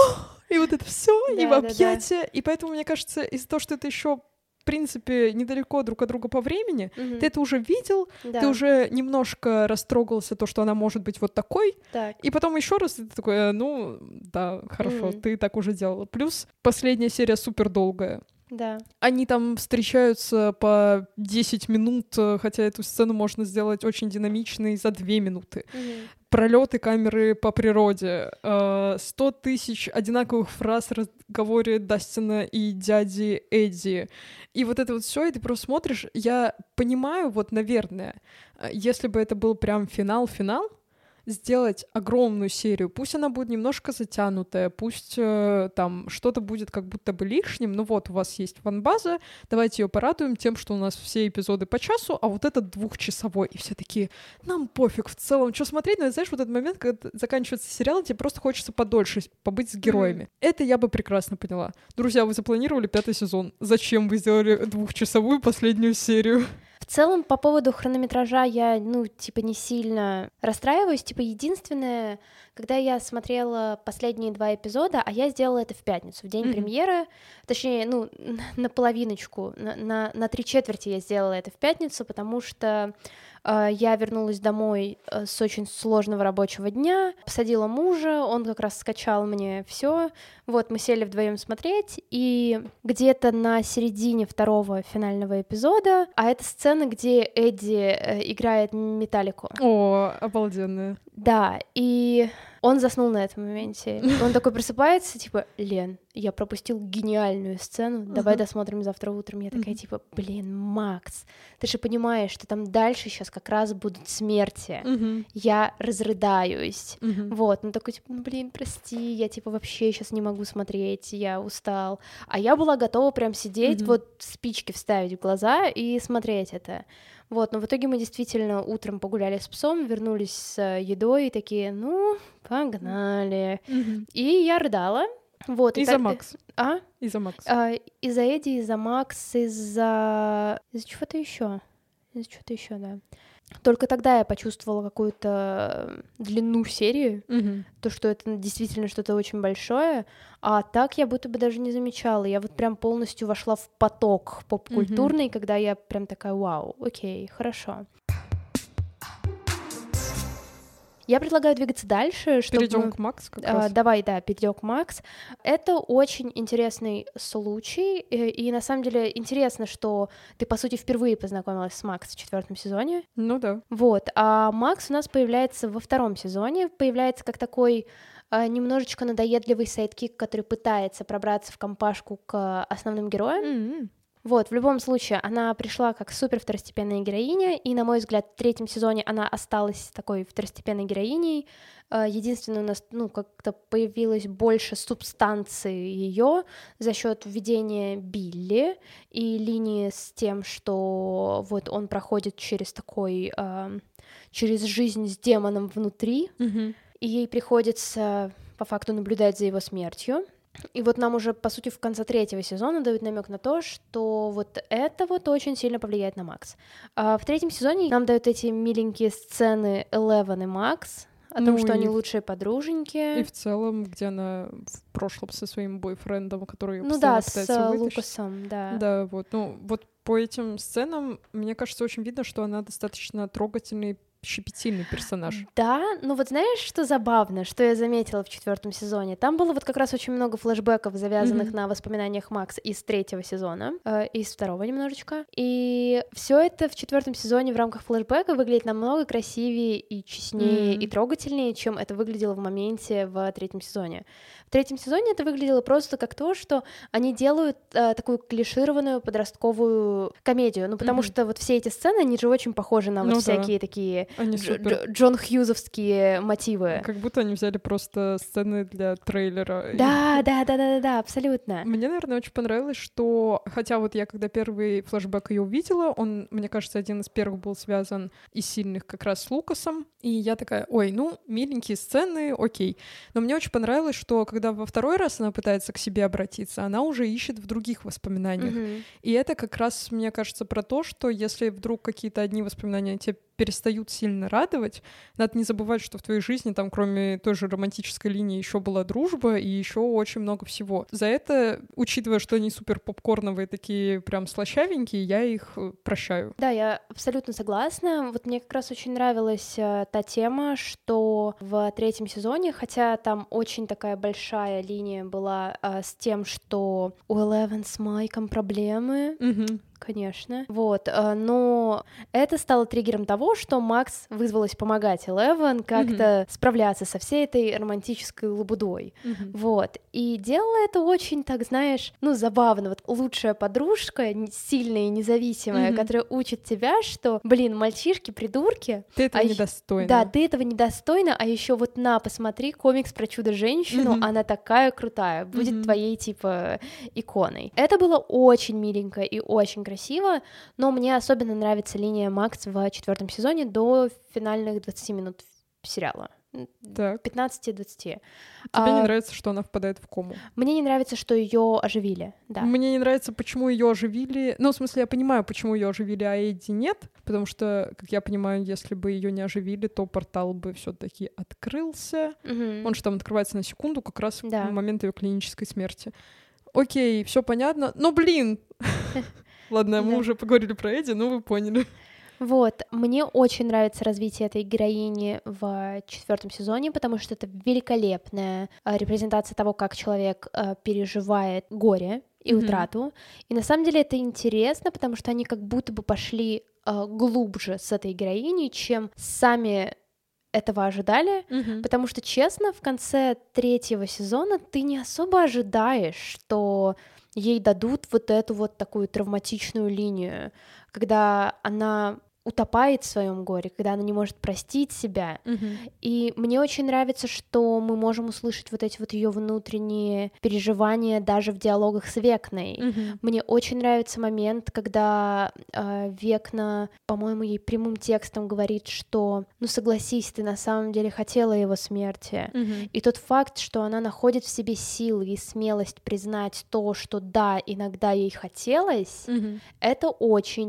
и вот это все, и в объятия. И поэтому, мне кажется, из-за того, что это еще в принципе недалеко друг от друга по времени, ты это уже видел, ты уже немножко растрогался то, что она может быть вот такой, и потом еще раз ты такой: ну да, хорошо, ты так уже делала. Плюс последняя серия супер долгая. Да. Они там встречаются по 10 минут, хотя эту сцену можно сделать очень динамичной за 2 минуты. Пролеты камеры по природе, 100 тысяч одинаковых фраз в разговоре Дастина и дяди Эдди. И вот это вот все, и ты просто смотришь. Я понимаю, вот, наверное, если бы это был прям финал-финал, сделать огромную серию, пусть она будет немножко затянутая, пусть там что-то будет как будто бы лишним, но вот у вас есть фан-база, давайте ее порадуем тем, что у нас все эпизоды по часу, а вот этот 2-часовой, и все такие: нам пофиг в целом, что смотреть, но знаешь, вот этот момент, когда заканчивается сериал, тебе просто хочется подольше побыть с героями. Это я бы прекрасно поняла. Друзья, вы запланировали 5-й сезон, зачем вы сделали 2-часовую последнюю серию? В целом, по поводу хронометража я, не сильно расстраиваюсь. Единственное, когда я смотрела последние 2 эпизода, а я сделала это в пятницу, в день премьеры, точнее, на половиночку, на 3/4 я сделала это в пятницу, потому что я вернулась домой с очень сложного рабочего дня, посадила мужа, он как раз скачал мне все. Вот, мы сели вдвоем смотреть, и где-то на середине 2-го финального эпизода, а это сцена, где Эдди играет Металлику. О, обалденная. Да, и он заснул на этом моменте. Он такой просыпается, типа: Лен, я пропустил гениальную сцену, давай досмотрим завтра утром. Я такая, Макс, ты же понимаешь, что там дальше сейчас как раз будут смерти. Я разрыдаюсь. Вот, он такой, прости, я вообще сейчас не могу смотреть, я устал. А я была готова прям сидеть, вот спички вставить в глаза и смотреть это. Вот, но в итоге мы действительно утром погуляли с псом, вернулись с едой и такие: погнали. И я рыдала. Вот, из-за Макс. Из-за Макс. Из-за Эдди, из-за Макс, из-за чего-то еще. что-то еще, да. Только тогда я почувствовала какую-то длину серии, то, что это действительно что-то очень большое, а так я будто бы даже не замечала. Я вот прям полностью вошла в поток поп-культурный, когда я прям такая, вау, окей, хорошо. Я предлагаю двигаться дальше, чтобы... Перейдем к Макс как раз. Давай, да, перейдем к Макс. Это очень интересный случай, и на самом деле интересно, что ты, по сути, впервые познакомилась с Макс в 4 сезоне. Ну да. Вот, а Макс у нас появляется во 2 сезоне, появляется как такой немножечко надоедливый сайдкик, который пытается пробраться в компашку к основным героям. Вот, в любом случае, она пришла как супер второстепенная героиня, и, на мой взгляд, в 3 сезоне она осталась такой второстепенной героиней. Единственное, у нас, как-то появилось больше субстанции ее за счет введения Билли и линии с тем, что вот он проходит через через жизнь с демоном внутри, и ей приходится по факту наблюдать за его смертью. И вот нам уже, по сути, в конце 3 сезона дают намек на то, что вот это вот очень сильно повлияет на Макс. В 3 сезоне нам дают эти миленькие сцены Элевен и Макс о том, что они лучшие подруженьки. И в целом, где она в прошлом со своим бойфрендом, который постоянно пытается вытащить. Лукасом, да. Да, вот. Вот по этим сценам, мне кажется, очень видно, что она достаточно трогательный, щепетильный персонаж. Да, вот знаешь, что забавно, что я заметила в 4 сезоне? Там было вот как раз очень много флешбеков, завязанных на воспоминаниях Макс из 3 сезона, из 2 немножечко. И все это в 4 сезоне в рамках флешбека выглядит намного красивее и честнее и трогательнее, чем это выглядело в моменте в 3 сезоне. В 3 сезоне это выглядело просто как то, что они делают такую клишированную подростковую комедию, потому что вот все эти сцены, они же очень похожи на вот всякие такие Джон Хьюзовские мотивы. Как будто они взяли просто сцены для трейлера. Да, абсолютно. Мне, наверное, очень понравилось, что, хотя вот я когда первый флешбэк ее увидела, он, мне кажется, один из первых был связан из сильных как раз с Лукасом, и я такая, ой, миленькие сцены, окей. Но мне очень понравилось, что когда во 2 раз она пытается к себе обратиться, она уже ищет в других воспоминаниях. И это как раз, мне кажется, про то, что если вдруг какие-то одни воспоминания тебе перестают сильно радовать, надо не забывать, что в твоей жизни там, кроме той же романтической линии, еще была дружба и еще очень много всего. За это, учитывая, что они супер попкорновые, такие прям слащавенькие, я их прощаю. Да, я абсолютно согласна. Вот мне как раз очень нравилась та тема, что в 3 сезоне, хотя там очень такая большая линия была с тем, что у Элевен с Майком проблемы, конечно. Вот, но это стало триггером того, что Макс вызвалась помогать Элевен как-то справляться со всей этой романтической лабудой. Вот. И делала это очень, так знаешь, забавно. Вот лучшая подружка, сильная и независимая, которая учит тебя, что, мальчишки, придурки. Ты этого недостойна. Да, ты этого недостойна, а еще вот посмотри комикс про Чудо-женщину, она такая крутая, будет твоей, типа, иконой. Это было очень миленько и очень красиво, но мне особенно нравится линия Макс в 4 сезоне до финальных 20 минут сериала. 15-20. Тебе не нравится, что она впадает в кому? Мне не нравится, что ее оживили, да. Мне не нравится, почему ее оживили. В смысле, я понимаю, почему ее оживили, а Эдди нет, потому что, как я понимаю, если бы ее не оживили, то портал бы все-таки открылся. Он же там открывается на секунду, как раз в момент ее клинической смерти. Окей, все понятно. Но, ладно, мы уже поговорили про Эдди, вы поняли. Вот, мне очень нравится развитие этой героини в 4 сезоне, потому что это великолепная репрезентация того, как человек переживает горе и утрату. И на самом деле это интересно, потому что они как будто бы пошли глубже с этой героиней, чем сами этого ожидали, потому что, честно, в конце 3 сезона ты не особо ожидаешь, что ей дадут вот эту вот такую травматичную линию, когда она утопает в своем горе, когда она не может простить себя. И мне очень нравится, что мы можем услышать вот эти вот ее внутренние переживания даже в диалогах с Векной. Мне очень нравится момент, когда Векна, по-моему, ей прямым текстом говорит, что согласись, ты на самом деле хотела его смерти. И тот факт, что она находит в себе силы и смелость признать то, что да, иногда ей хотелось, это очень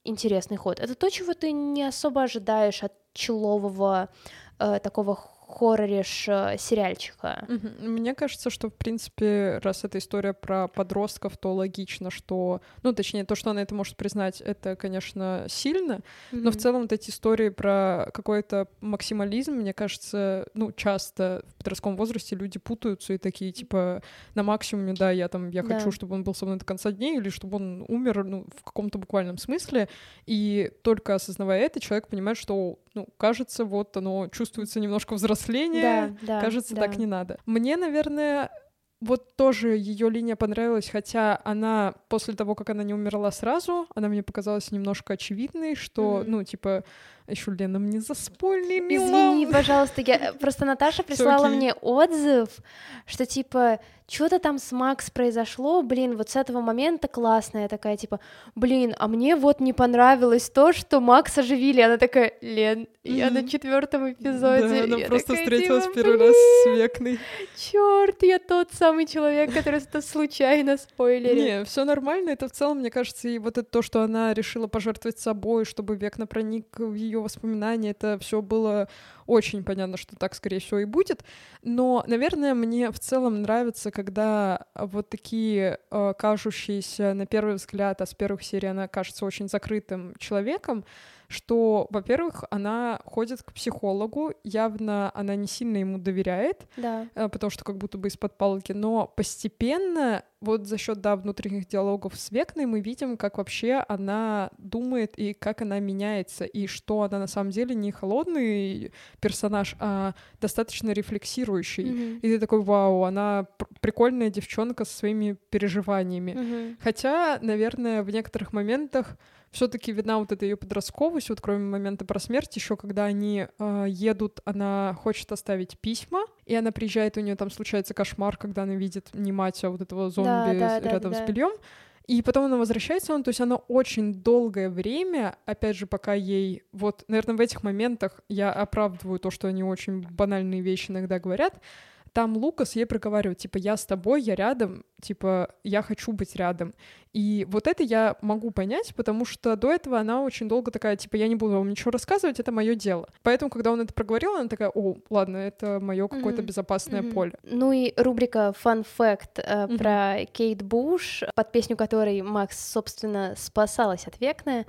интересный ход. Это то, чего ты не особо ожидаешь от челового такого хоррориш сериальчика. Мне кажется, что, в принципе, раз это история про подростков, то логично, что... Ну, точнее, то, что она это может признать, это, конечно, сильно, но в целом вот эти истории про какой-то максимализм, мне кажется, ну, часто в подростковом возрасте люди путаются и такие, типа, на максимуме, да, я хочу, чтобы он был со мной до конца дней, или чтобы он умер, ну, в каком-то буквальном смысле, и только осознавая это, человек понимает, что, ну, кажется, вот оно чувствуется немножко взросление, кажется, так не надо. Мне, наверное, вот тоже ее линия понравилась, хотя она после того, как она не умерла сразу, она мне показалась немножко очевидной, что, ну, типа, еще Лена мне заспойлерила. Извини, пожалуйста, просто Наташа прислала мне отзыв, что, типа, что-то там с Макс произошло, блин, вот с этого момента классно. Я такая, типа, блин, а мне вот не понравилось то, что Макс оживили. Она такая, Лен, я на 4-м эпизоде. Да, она я просто такая, встретилась типа, первый раз с Векной. Чёрт, я тот самый человек, который это случайно спойлерит. Не, все нормально, это в целом, мне кажется, и вот это то, что она решила пожертвовать собой, чтобы Векна проник в ее воспоминания, это все было очень понятно, что так, скорее всего, и будет. Но, наверное, мне в целом нравится, когда вот такие кажущиеся, на первый взгляд, а с первых серий она кажется очень закрытым человеком, что, во-первых, она ходит к психологу, явно она не сильно ему доверяет, потому что как будто бы из-под палки, но постепенно вот за счет, внутренних диалогов с Векной мы видим, как вообще она думает и как она меняется, и что она на самом деле не холодный персонаж, а достаточно рефлексирующий. И ты такой, вау, она прикольная девчонка со своими переживаниями. Хотя, наверное, в некоторых моментах все-таки видна вот эта ее подростковость, вот кроме момента про смерть, еще когда они едут, она хочет оставить письма, и она приезжает, у нее там случается кошмар, когда она видит не мать, а вот этого зомби рядом с бельем. И потом она возвращается, то есть она очень долгое время, опять же, пока ей... Вот, наверное, в этих моментах я оправдываю то, что они очень банальные вещи иногда говорят. Там Лукас ей проговаривает, типа, я с тобой, я рядом, типа, я хочу быть рядом. И вот это я могу понять, потому что до этого она очень долго такая, типа, я не буду вам ничего рассказывать, это мое дело. Поэтому, когда он это проговорил, она такая, о, ладно, это мое какое-то безопасное поле. Ну и рубрика Fun Fact про Кейт Буш, под песню которой Макс, собственно, спасалась от Векны.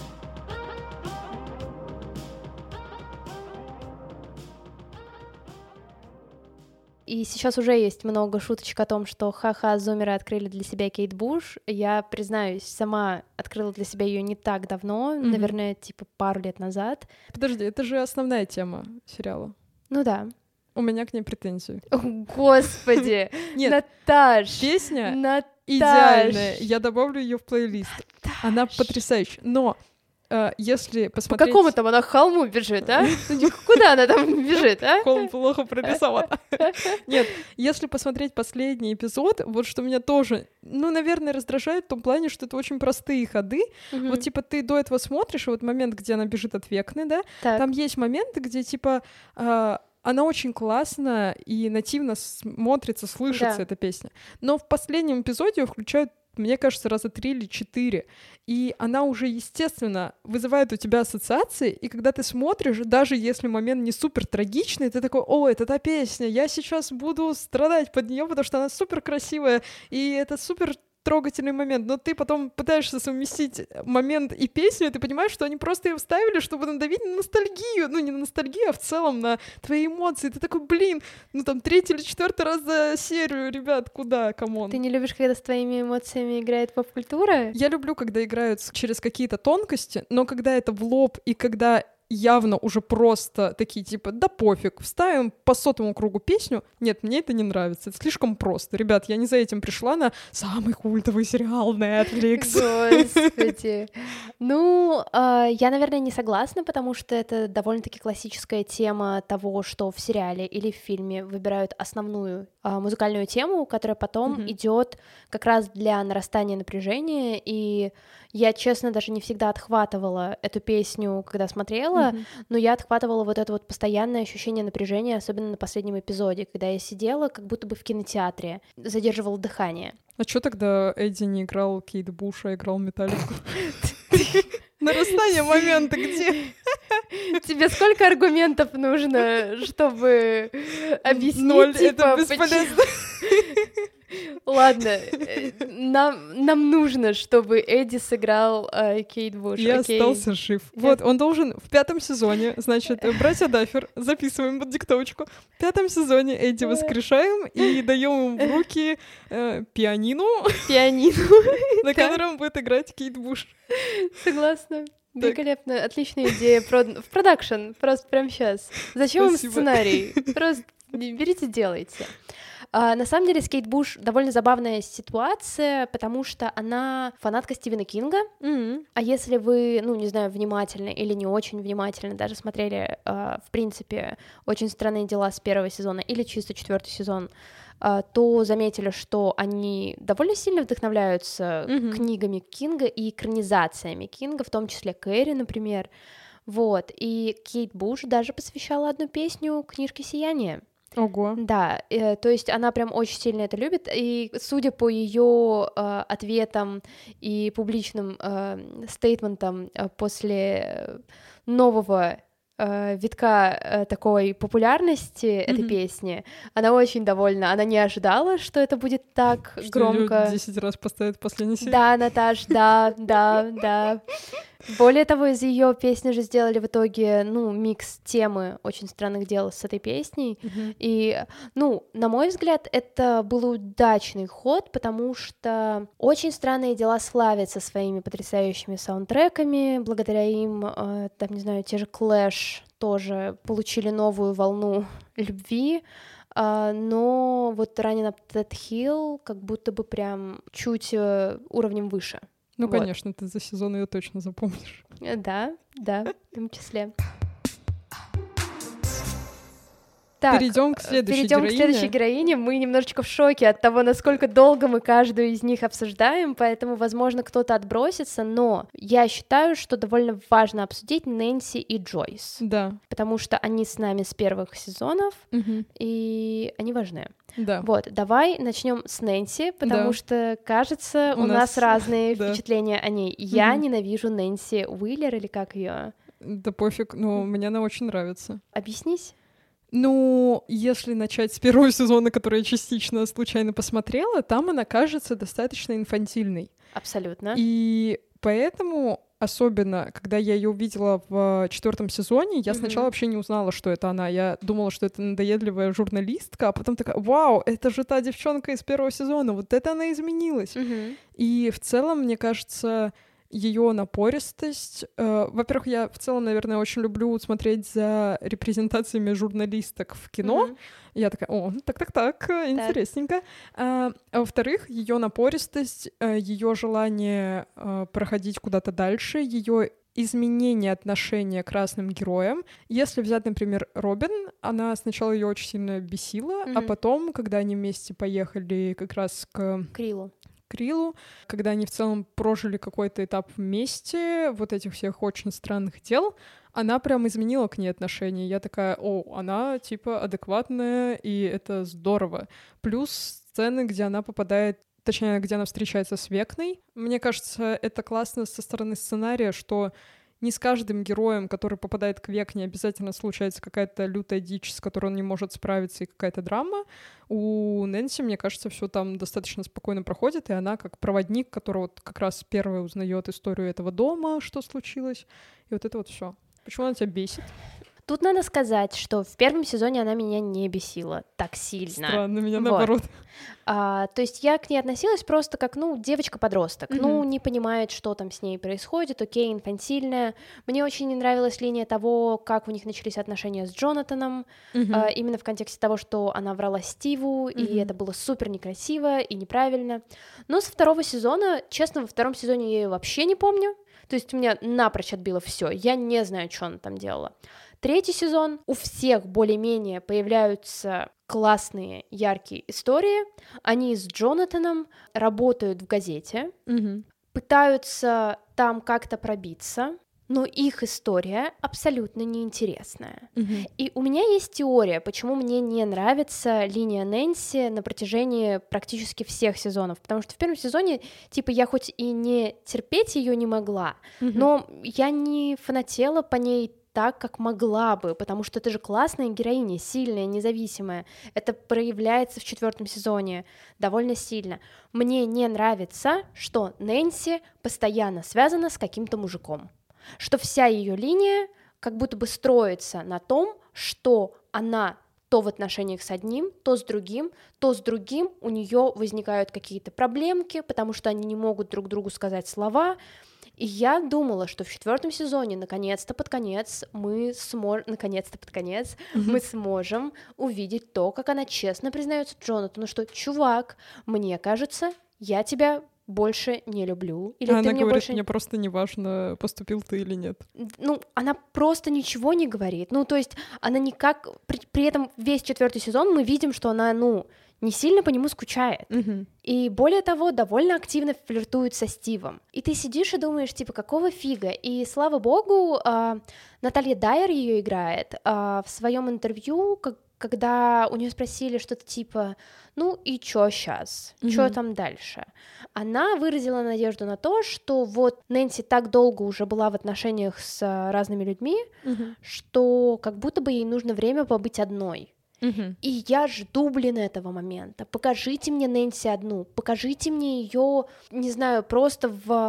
И сейчас уже есть много шуточек о том, что ха-ха, зумеры открыли для себя Кейт Буш. Я, признаюсь, сама открыла для себя ее не так давно, наверное, типа пару лет назад. Подожди, это же основная тема сериала. Ну да. У меня к ней претензии. О, Господи! Нет, Наташ! Песня идеальная. Я добавлю ее в плейлист. Она потрясающая. Но если посмотреть... По какому там она холму бежит, а? Куда она там бежит, а? Холм плохо прорисован. Нет, если посмотреть последний эпизод, вот что меня тоже, ну, наверное, раздражает в том плане, что это очень простые ходы. Вот, типа, ты до этого смотришь, вот момент, где она бежит от Векны, да? Там есть моменты, где, типа... Она очень классно и нативно смотрится, слышится эта песня. Но в последнем эпизоде ее включают, мне кажется, раза 3 или 4. И она уже, естественно, вызывает у тебя ассоциации, и когда ты смотришь, даже если момент не супер трагичный, ты такой, о, это та песня, я сейчас буду страдать под нее, потому что она супер красивая, и это супер трогательный момент, но ты потом пытаешься совместить момент и песню, и ты понимаешь, что они просто ее вставили, чтобы надавить на ностальгию, ну не на ностальгию, а в целом на твои эмоции. Ты такой, блин, ну там 3-й или 4-й раз за серию, ребят, куда, камон. Ты не любишь, когда с твоими эмоциями играет поп-культура? Я люблю, когда играют через какие-то тонкости, но когда это в лоб и когда явно уже просто такие, типа, да пофиг, вставим по 100-му кругу песню. Нет, мне это не нравится, это слишком просто. Ребят, я не за этим пришла на самый культовый сериал Netflix. Господи. Ну, я, наверное, не согласна, потому что это довольно-таки классическая тема того, что в сериале или в фильме выбирают основную музыкальную тему, которая потом идет как раз для нарастания напряжения, и я, честно, даже не всегда отхватывала эту песню, когда смотрела, но я отхватывала вот это вот постоянное ощущение напряжения, особенно на последнем эпизоде, когда я сидела как будто бы в кинотеатре, задерживала дыхание. А чё тогда Эдди не играл Кейт Буш, а играл Металлику? Нарастание момента где? Тебе сколько аргументов нужно, чтобы объяснить? 0, это бесполезно. Ладно, нам нужно, чтобы Эдди сыграл Кейт Буш. Я остался жив. Вот, он должен в 5 сезоне, значит, братья Даффер, записываем под диктовочку, в 5 сезоне Эдди воскрешаем и даем ему в руки пианино, на котором будет играть Кейт Буш. Согласна. Великолепно, отличная идея. В продакшн, просто прямо сейчас. Зачем вам сценарий? Просто берите, делайте. На самом деле, с Кейт Буш довольно забавная ситуация, потому что она фанатка Стивена Кинга, а если вы, не знаю, внимательно или не очень внимательно даже смотрели, в принципе, «Очень странные дела» с 1 сезона или чисто 4 сезон, то заметили, что они довольно сильно вдохновляются книгами Кинга и экранизациями Кинга, в том числе Кэрри, например, вот, и Кейт Буш даже посвящала одну песню книжке «Сияние». Ого. Да, то есть она прям очень сильно это любит, и судя по ее ответам и публичным стейтментам после нового витка такой популярности этой песни, она очень довольна, она не ожидала, что это будет так что громко. 10 раз поставят последний серии. Да, Наташ, да. Более того, из ее песни же сделали в итоге, микс темы «Очень странных дел» с этой песней, и, на мой взгляд, это был удачный ход, потому что «Очень странные дела» славятся своими потрясающими саундтреками, благодаря им, там, не знаю, те же Clash тоже получили новую волну любви, но вот Running Up That Hill как будто бы прям чуть уровнем выше. Ну, вот. Конечно, ты за сезон ее точно запомнишь. Да, в том числе. Так, перейдем к следующей героине. Мы немножечко в шоке от того, насколько долго мы каждую из них обсуждаем, поэтому, возможно, кто-то отбросится, но я считаю, что довольно важно обсудить Нэнси и Джойс. Да. Потому что они с нами с первых сезонов, и они важны. Да. Вот, давай начнем с Нэнси, потому что, кажется, у нас разные впечатления о ней. Я ненавижу Нэнси Уиллер, или как ее? Да пофиг, но мне она очень нравится. Объяснись. Ну, если начать с 1 сезона, который я частично случайно посмотрела, там она кажется достаточно инфантильной. Абсолютно. И поэтому, особенно, когда я ее увидела в 4 сезоне, я сначала вообще не узнала, что это она. Я думала, что это надоедливая журналистка, а потом такая: вау, это же та девчонка из 1 сезона, вот это она изменилась. И в целом, мне кажется, ее напористость. Во-первых, я в целом, наверное, очень люблю смотреть за репрезентациями журналисток в кино. Я такая: так, интересненько. А во-вторых, ее напористость, ее желание проходить куда-то дальше, ее изменение отношения к разным героям. Если взять, например, Робин, она сначала ее очень сильно бесила, а потом, когда они вместе поехали как раз к Крилу, когда они в целом прожили какой-то этап вместе, вот этих всех очень странных дел, она прям изменила к ней отношение. Я такая: она типа адекватная, и это здорово. Плюс сцены, где она попадает, точнее, где она встречается с Векной. Мне кажется, это классно со стороны сценария, что не с каждым героем, который попадает к Векне, обязательно случается какая-то лютая дичь, с которой он не может справиться, и какая-то драма. У Нэнси, мне кажется, все там достаточно спокойно проходит, и она как проводник, который вот как раз первый узнает историю этого дома, что случилось, и вот это вот все. Почему она тебя бесит? Тут надо сказать, что в 1 сезоне она меня не бесила так сильно. Странно, меня наоборот. То есть я к ней относилась просто как, девочка-подросток, не понимает, что там с ней происходит, окей, инфантильная. Мне очень не нравилась линия того, как у них начались отношения с Джонатаном, именно в контексте того, что она врала Стиву, и это было супер некрасиво и неправильно. Но со 2 сезона, честно, во 2 сезоне я ее вообще не помню, то есть у меня напрочь отбило все, я не знаю, что она там делала. 3 сезон, у всех более-менее появляются классные, яркие истории. Они с Джонатаном работают в газете, пытаются там как-то пробиться, но их история абсолютно неинтересная. И у меня есть теория, почему мне не нравится линия Нэнси на протяжении практически всех сезонов, потому что в первом сезоне, типа, я хоть и не терпеть ее не могла, но я не фанатела по ней так, как могла бы, потому что это же классная героиня, сильная, независимая. Это проявляется в 4 сезоне довольно сильно. Мне не нравится, что Нэнси постоянно связана с каким-то мужиком, что вся ее линия как будто бы строится на том, что она то в отношениях с одним, то с другим у нее возникают какие-то проблемки, потому что они не могут друг другу сказать слова. И я думала, что в 4 сезоне наконец-то под конец мы сможем увидеть то, как она честно признается Джонатану, что, чувак, мне кажется, я тебя больше не люблю. Или она ты мне говорит, больше... мне просто не важно, поступил ты или нет. Ну, она просто ничего не говорит. Ну, то есть она никак... При этом весь 4 сезон мы видим, что она, не сильно по нему скучает. И более того, довольно активно флиртует со Стивом. И ты сидишь и думаешь, типа, какого фига? И слава богу, Наталья Дайер ее играет. В своем интервью, когда у нее спросили что-то типа, и чё сейчас? Чё там дальше? Она выразила надежду на то, что вот Нэнси так долго уже была в отношениях с разными людьми, что как будто бы ей нужно время побыть одной. И я жду, этого момента. Покажите мне Нэнси одну, покажите мне ее, не знаю, просто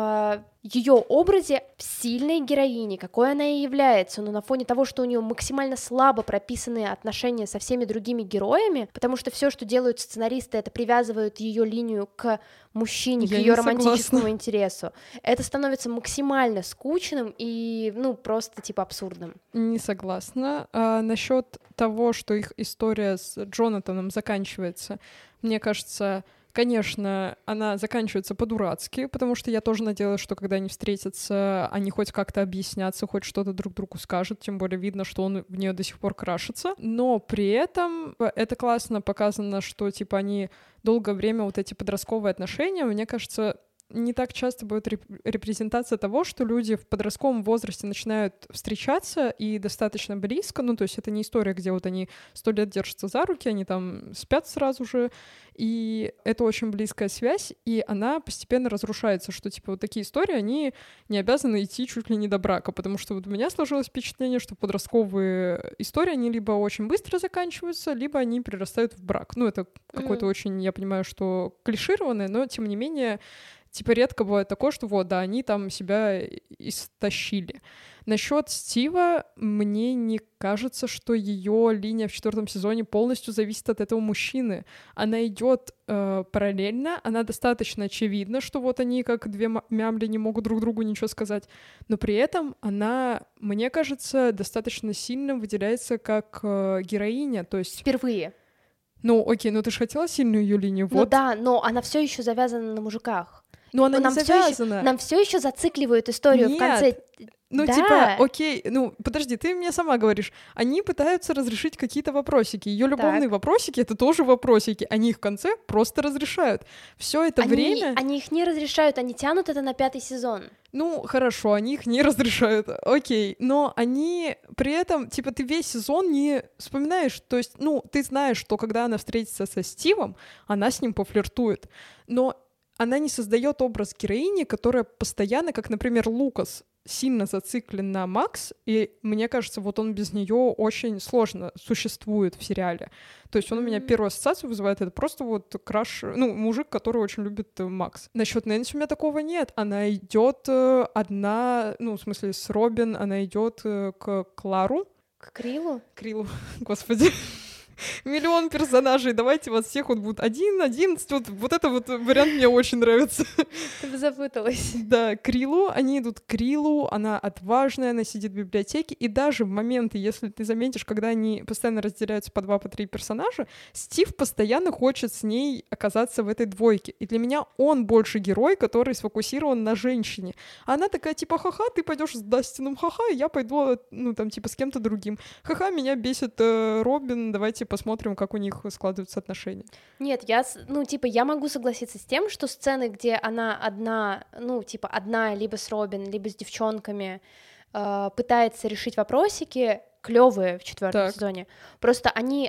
в ее образе сильной героини, какой она и является, но на фоне того, что у нее максимально слабо прописаны отношения со всеми другими героями, потому что все, что делают сценаристы, это привязывают ее линию к мужчине, к ее романтическому интересу. Это становится максимально скучным и, просто типа абсурдным. Не согласна. Насчет того, что их история с Джонатаном заканчивается, мне кажется, конечно, она заканчивается по-дурацки, потому что я тоже надеялась, что когда они встретятся, они хоть как-то объяснятся, хоть что-то друг другу скажут, тем более видно, что он в нее до сих пор крашится. Но при этом это классно показано, что типа они долгое время вот эти подростковые отношения, мне кажется, не так часто будет репрезентация того, что люди в подростковом возрасте начинают встречаться и достаточно близко, то есть это не история, где вот они 100 лет держатся за руки, они там спят сразу же, и это очень близкая связь, и она постепенно разрушается, что типа вот такие истории, они не обязаны идти чуть ли не до брака, потому что вот у меня сложилось впечатление, что подростковые истории, они либо очень быстро заканчиваются, либо они перерастают в брак. Это какое-то очень, я понимаю, что клишированное, но тем не менее типа редко бывает такое, что они там себя истощили. Насчет Стива, мне не кажется, что ее линия в 4 сезоне полностью зависит от этого мужчины. Она идет параллельно, она достаточно очевидна, что вот они как две мямли не могут друг другу ничего сказать, но при этом она, мне кажется, достаточно сильно выделяется как героиня, то есть... Впервые. Окей, ты же хотела сильную ее линию, вот. Да, но она все еще завязана на мужиках. Но она не завязана. Нам все еще зацикливают историю в конце. Типа, окей, подожди, ты мне сама говоришь, они пытаются разрешить какие-то вопросики. Ее любовные вопросики — это тоже вопросики. Они их в конце просто разрешают. Все это время... Они их не разрешают, они тянут это на 5 сезон. Хорошо, они их не разрешают, окей, но они при этом, типа, ты весь сезон не вспоминаешь, то есть, ты знаешь, что когда она встретится со Стивом, она с ним пофлиртует, но она не создает образ героини, которая постоянно, как, например, Лукас, сильно зациклен на Макс, и мне кажется, вот он без нее очень сложно существует в сериале. То есть он у меня первую ассоциацию вызывает, это просто вот краш, мужик, который очень любит Макс. Насчет Нэнси у меня такого нет. Она идет одна, в смысле с Робин, она идет к Клару. К Крилу? Крилу, господи. Миллион персонажей, давайте вас всех, будет 11, вот это вот вариант мне очень нравится. Ты бы запуталась. Да, Крилу, они идут к Крилу, она отважная, она сидит в библиотеке, и даже в моменты, если ты заметишь, когда они постоянно разделяются по 2, по 3 персонажа, Стив постоянно хочет с ней оказаться в этой двойке, и для меня он больше герой, который сфокусирован на женщине. А она такая, типа, ха-ха, ты пойдешь с Дастином, ха-ха, я пойду, с кем-то другим. Ха-ха, меня бесит Робин, давайте посмотрим, как у них складываются отношения. Нет, я могу согласиться с тем, что сцены, где она одна, одна либо с Робин, либо с девчонками, пытается решить вопросики, клевые в 4-м сезоне. Просто они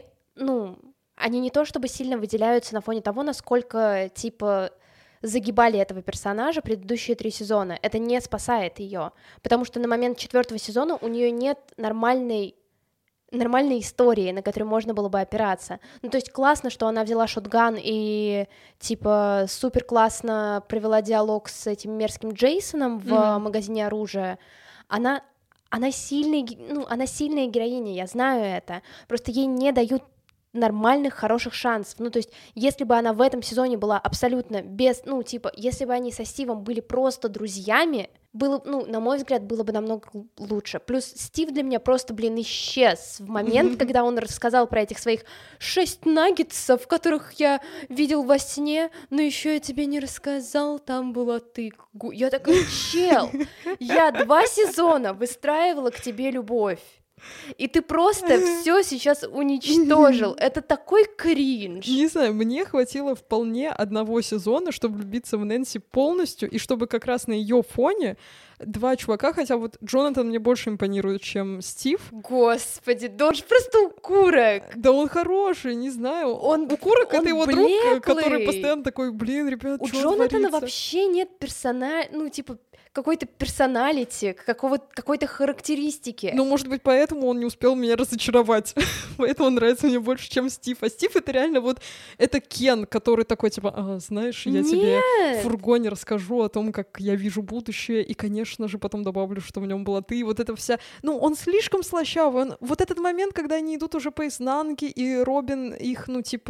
не то чтобы сильно выделяются на фоне того, насколько, типа, загибали этого персонажа предыдущие 3 сезона. Это не спасает ее, потому что на момент 4-го сезона у нее нет нормальной истории, на которую можно было бы опираться. Ну, то есть классно, что она взяла шотган и, типа, супер классно провела диалог с этим мерзким Джейсоном в магазине оружия. Она сильная героиня, я знаю это. Просто ей не дают нормальных, хороших шансов. Ну, то есть, если бы она в этом сезоне была абсолютно без, если бы они со Стивом были просто друзьями, было, на мой взгляд, было бы намного лучше. Плюс Стив для меня просто, исчез в момент, когда он рассказал про этих своих 6 наггетсов, которых я видел во сне, но еще я тебе не рассказал, там была ты. Я такой, чел, я 2 сезона выстраивала к тебе любовь. И ты просто все сейчас уничтожил. Это такой кринж. Не знаю, мне хватило вполне 1 сезона, чтобы влюбиться в Нэнси полностью, и чтобы как раз на ее фоне 2 чувака, хотя вот Джонатан мне больше импонирует, чем Стив. Господи, да он же просто укурок. Да он хороший, не знаю. Укурок — это его друг, который постоянно такой, ребят, у что Джонатана творится? Вообще нет какой-то персоналити, какой-то характеристики. Ну, может быть, поэтому он не успел меня разочаровать. Поэтому он нравится мне больше, чем Стив. А Стив — это реально это Кен, который такой, типа, знаешь, я тебе в фургоне расскажу о том, как я вижу будущее, и, конечно же, потом добавлю, что в нем была ты. И вот это вся... он слишком слащавый. Вот этот момент, когда они идут уже по изнанке, и Робин их,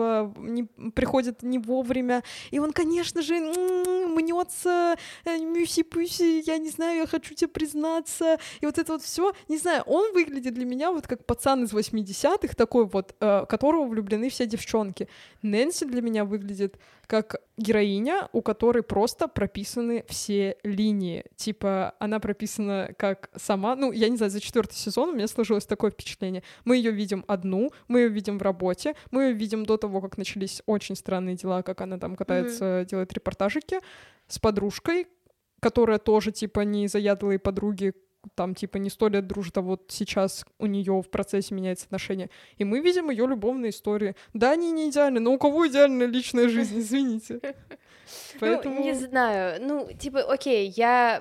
приходит не вовремя, и он, конечно же, мнется, мюси-пюси, я не знаю, я хочу тебе признаться, и вот это вот все, не знаю, он выглядит для меня вот как пацан из 80-х, такой вот, которого влюблены все девчонки. Нэнси для меня выглядит как героиня, у которой просто прописаны все линии. Типа, она прописана как сама, я не знаю, за 4-й сезон у меня сложилось такое впечатление. Мы ее видим одну, мы ее видим в работе, мы ее видим до того, как начались очень странные дела, как она там катается, делает репортажики с подружкой, которая тоже, типа, не заядлые подруги, там, типа, не 100 лет дружат, а вот сейчас у нее в процессе меняется отношение. И мы видим ее любовные истории. Да, они не идеальны, но у кого идеальная личная жизнь, извините. Поэтому... не знаю, окей, я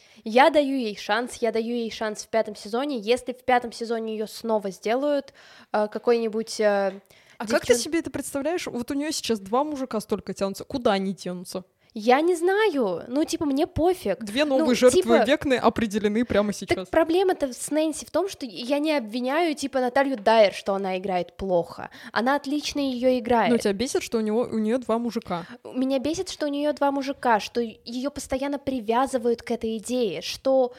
даю ей шанс в 5-м сезоне. Если в 5-м сезоне ее снова сделают какой-нибудь... как ты себе это представляешь? Вот у нее сейчас 2 мужика столько тянутся. Куда они тянутся? Я не знаю, мне пофиг. 2 новые жертвы Векны определены прямо сейчас. Так проблема-то с Нэнси в том, что я не обвиняю, Наталью Дайер, что она играет плохо. Она отлично ее играет. Но тебя бесит, что у нее 2 мужика? Меня бесит, что у нее 2 мужика, что ее постоянно привязывают к этой идее, что,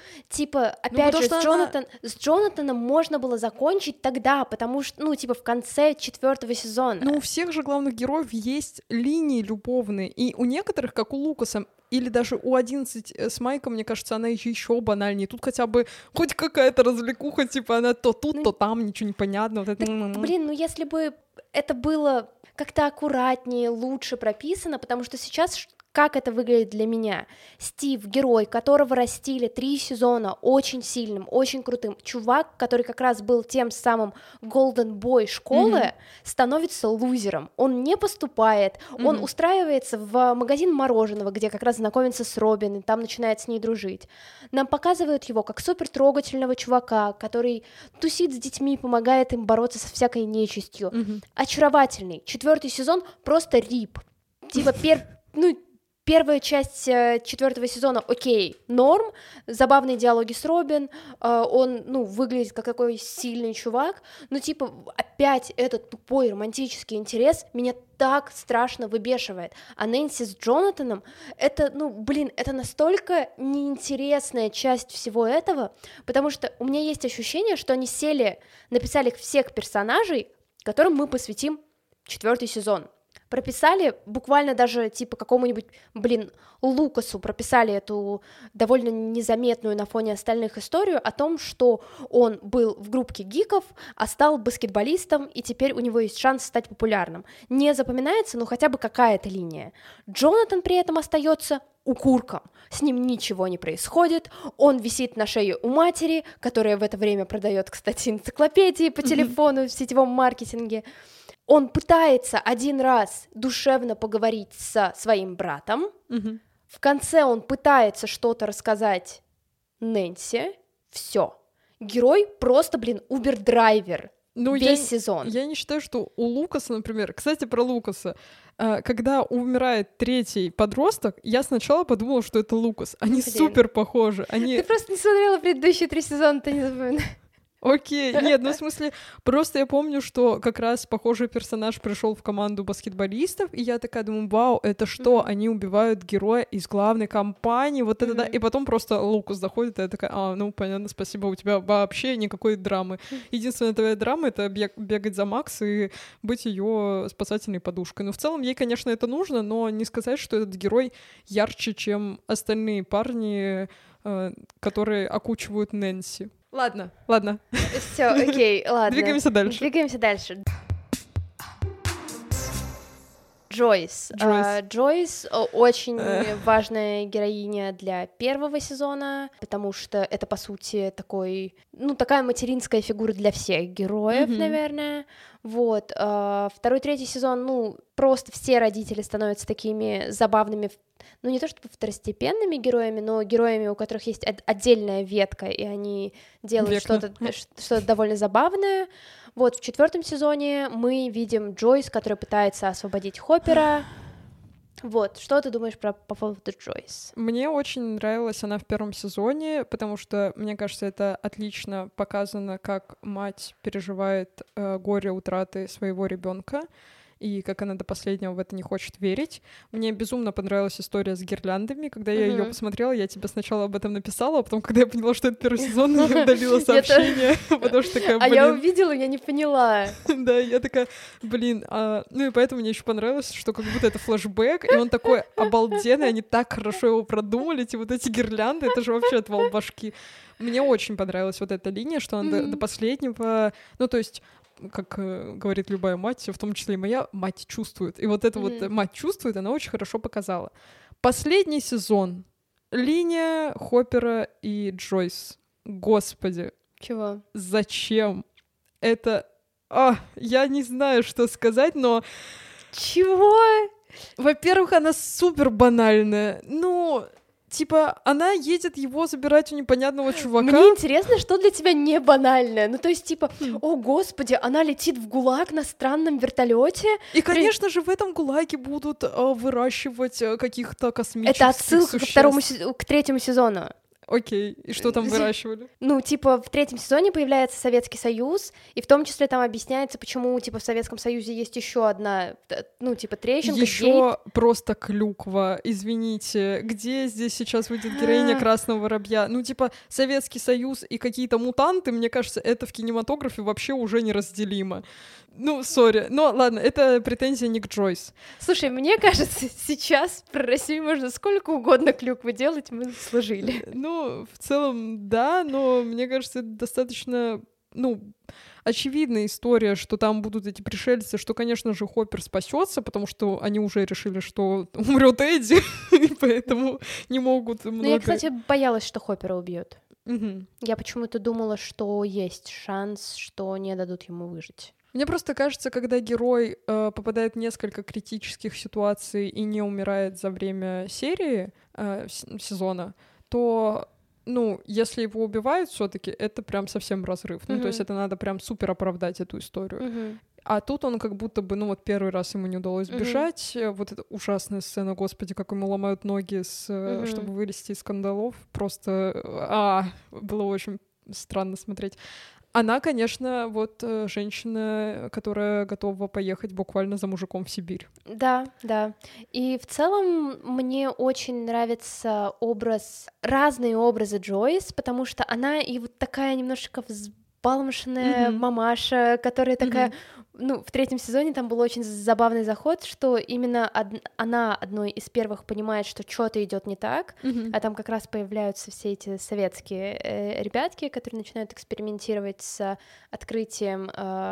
опять же, с Джонатаном можно было закончить тогда, потому что, в конце 4-го сезона. У всех же главных героев есть линии любовные, и у некоторых, как у Лукаса, или даже у 11 с Майком, мне кажется, она еще банальнее. Тут хотя бы хоть какая-то развлекуха, она то тут, то там, ничего не понятно. Вот это... если бы это было как-то аккуратнее, лучше прописано, потому что сейчас... Как это выглядит для меня? Стив, герой, которого растили 3 сезона, очень сильным, очень крутым. Чувак, который как раз был тем самым Golden Boy школы, становится лузером. Он не поступает, он устраивается в магазин мороженого, где как раз знакомится с Робин, и там начинает с ней дружить. Нам показывают его как супер трогательного чувака, который тусит с детьми, помогает им бороться со всякой нечистью. Очаровательный. 4-й сезон просто рип. Первая часть 4-го сезона, окей, норм, забавные диалоги с Робин, он, выглядит как такой сильный чувак, но, опять этот тупой романтический интерес меня так страшно выбешивает. А Нэнси с Джонатаном, это, это настолько неинтересная часть всего этого, потому что у меня есть ощущение, что они сели, написали всех персонажей, которым мы посвятим 4-й сезон. прописали, буквально даже, типа, какому-нибудь, Лукасу прописали эту довольно незаметную на фоне остальных историю о том, что он был в группке гиков, а стал баскетболистом, и теперь у него есть шанс стать популярным. Не запоминается, но хотя бы какая-то линия. Джонатан при этом остается укурком, с ним ничего не происходит, он висит на шее у матери, которая в это время продает, кстати, энциклопедии по телефону в сетевом маркетинге. Он пытается один раз душевно поговорить со своим братом, в конце он пытается что-то рассказать Нэнси, все. Герой просто, убер-драйвер. Весь сезон. Я не считаю, что у Лукаса, например... Кстати, про Лукаса. Когда умирает третий подросток, я сначала подумала, что это Лукас. Они супер похожи. Ты просто не смотрела предыдущие 3 сезона, ты не запоминаешь. Окей, нет, в смысле, просто я помню, что как раз похожий персонаж пришел в команду баскетболистов, и я такая думаю, вау, это что, они убивают героя из главной компании, вот это да, и потом просто Лукас заходит, и я такая, понятно, спасибо, у тебя вообще никакой драмы. Единственная твоя драма — это бегать за Макс и быть ее спасательной подушкой. Но в целом ей, конечно, это нужно, но не сказать, что этот герой ярче, чем остальные парни, которые окучивают Нэнси. Ладно. Все, окей, ладно. Двигаемся дальше. Джойс. Джойс очень важная героиня для первого сезона, потому что это, по сути, такая материнская фигура для всех героев, наверное. Вот. Второй, третий сезон, просто все родители становятся такими забавными, не то чтобы второстепенными героями, но героями, у которых есть отдельная ветка, и они делают что-то довольно забавное. Вот, в 4 сезоне мы видим Джойс, которая пытается освободить Хоппера. Вот, что ты думаешь по поводу Джойс? Мне очень нравилась она в 1 сезоне, потому что, мне кажется, это отлично показано, как мать переживает горе утраты своего ребенка, и как она до последнего в это не хочет верить. Мне безумно понравилась история с гирляндами. Когда я ее посмотрела, я тебе сначала об этом написала, а потом, когда я поняла, что это 1 сезон, я удалила сообщение, потому что такая, А я увидела, я не поняла. Да, я такая, и поэтому мне еще понравилось, что как будто это флешбэк, и он такой обалденный, они так хорошо его продумали, вот эти гирлянды, это же вообще отвал башки. Мне очень понравилась вот эта линия, что она до последнего, то есть как говорит любая мать, в том числе и моя, мать чувствует. И вот эта вот мать чувствует, она очень хорошо показала. Последний сезон. Линия Хоппера и Джойс. Господи. Чего? Зачем? Это... я не знаю, что сказать, но... Чего? Во-первых, она супер банальная. Она едет его забирать у непонятного чувака. Мне интересно, что для тебя не банальное. То есть, о господи, она летит в ГУЛАГ на странном вертолете. И, конечно же, в этом ГУЛАГе будут выращивать каких-то космических Это отсылка существ. к 3 сезону. Окей, и что там выращивали? В 3 сезоне появляется Советский Союз, и в том числе там объясняется, почему, в Советском Союзе есть еще одна, трещинка. Еще просто клюква, извините, где здесь сейчас выйдет героиня Красного Воробья? Советский Союз и какие-то мутанты, мне кажется, это в кинематографе вообще уже неразделимо. Сори. Но ладно, это претензия не к Джойс. Слушай, мне кажется, сейчас про Россию можно сколько угодно клюквы делать, мы заслужили. В целом, да, но мне кажется, это достаточно, очевидная история, что там будут эти пришельцы, что, конечно же, Хоппер спасется, потому что они уже решили, что умрет Эдди, и поэтому не могут много... Я, кстати, боялась, что Хоппера убьют. Я почему-то думала, что есть шанс, что не дадут ему выжить. Мне просто кажется, когда герой попадает в несколько критических ситуаций и не умирает за время серии, сезона, то, если его убивают все-таки, это прям совсем разрыв. То есть это надо прям супер оправдать эту историю. А тут он как будто бы, первый раз ему не удалось бежать. Вот эта ужасная сцена, господи, как ему ломают ноги, чтобы вылезти из кандалов. Просто, было очень странно смотреть. Она, конечно, женщина, которая готова поехать буквально за мужиком в Сибирь. Да. И в целом мне очень нравится разные образы Джойс, потому что она и такая немножечко взбалмошная мамаша, которая такая в третьем сезоне там был очень забавный заход, что именно она одной из первых понимает, что что-то идет не так, а там как раз появляются все эти советские ребятки, которые начинают экспериментировать с открытием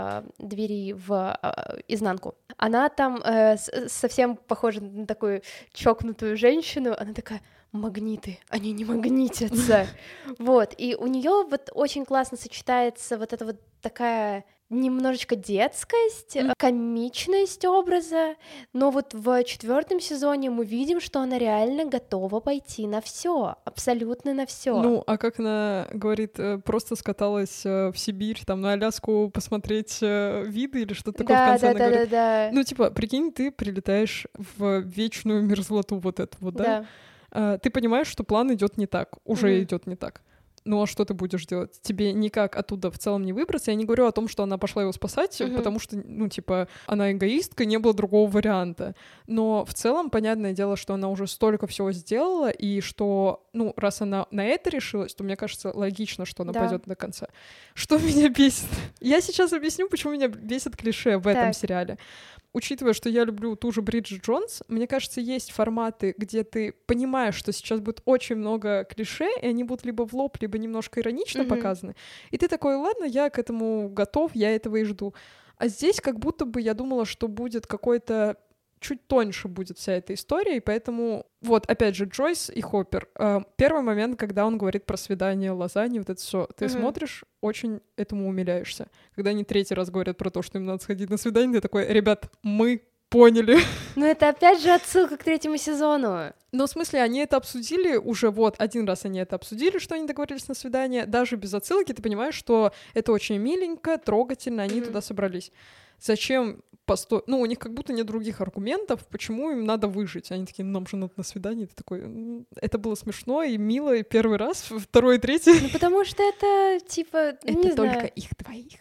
двери в изнанку. Она там совсем похожа на такую чокнутую женщину, она такая: магниты, они не магнитятся. Вот, и у нее вот очень классно сочетается вот эта вот такая немножечко детскость, комичность образа, но вот в 4-м сезоне мы видим, что она реально готова пойти на все, абсолютно на все. Ну, а как она говорит, просто скаталась в Сибирь, там, на Аляску посмотреть виды или что-то такое в конце она говорит. Да. Ну, типа, прикинь, ты прилетаешь в вечную мерзлоту вот эту вот, да? Ты понимаешь, что план идет не так, уже идет не так. Ну а что ты будешь делать? Тебе никак оттуда в целом не выбраться. Я не говорю о том, что она пошла его спасать, потому что, ну, типа, она эгоистка, не было другого варианта. Но в целом, понятное дело, что она уже столько всего сделала, и что, ну, раз она на это решилась, то мне кажется логично, что она пойдет до конца. Что меня бесит? Я сейчас объясню, почему меня бесит клише в этом сериале. Учитывая, что я люблю ту же Бриджит Джонс, мне кажется, есть форматы, где ты понимаешь, что сейчас будет очень много клише, и они будут либо в лоб, либо немножко иронично показаны. И ты такой: ладно, я к этому готов, я этого и жду. А здесь как будто бы я думала, что будет какой-то... чуть тоньше будет вся эта история, и поэтому... Вот, опять же, Джойс и Хоппер. Первый момент, когда он говорит про свидание, лазаньи, вот это все. Ты смотришь, очень этому умиляешься. Когда они 3-й раз говорят про то, что им надо сходить на свидание, ты такой: ребят, мы поняли. Ну это опять же отсылка к 3-му сезону. Ну, в смысле, они это обсудили уже, вот, 1 раз они это обсудили, что они договорились на свидание. Даже без отсылки ты понимаешь, что это очень миленько, трогательно, они туда собрались. Зачем ну, у них как будто нет других аргументов, почему им надо выжить. Они такие: нам же надо на свидание. Ты такой: это было смешно и мило, и 1-й раз, 2-й, 3-й. Ну, потому что это, типа, это не только знаю. их двоих.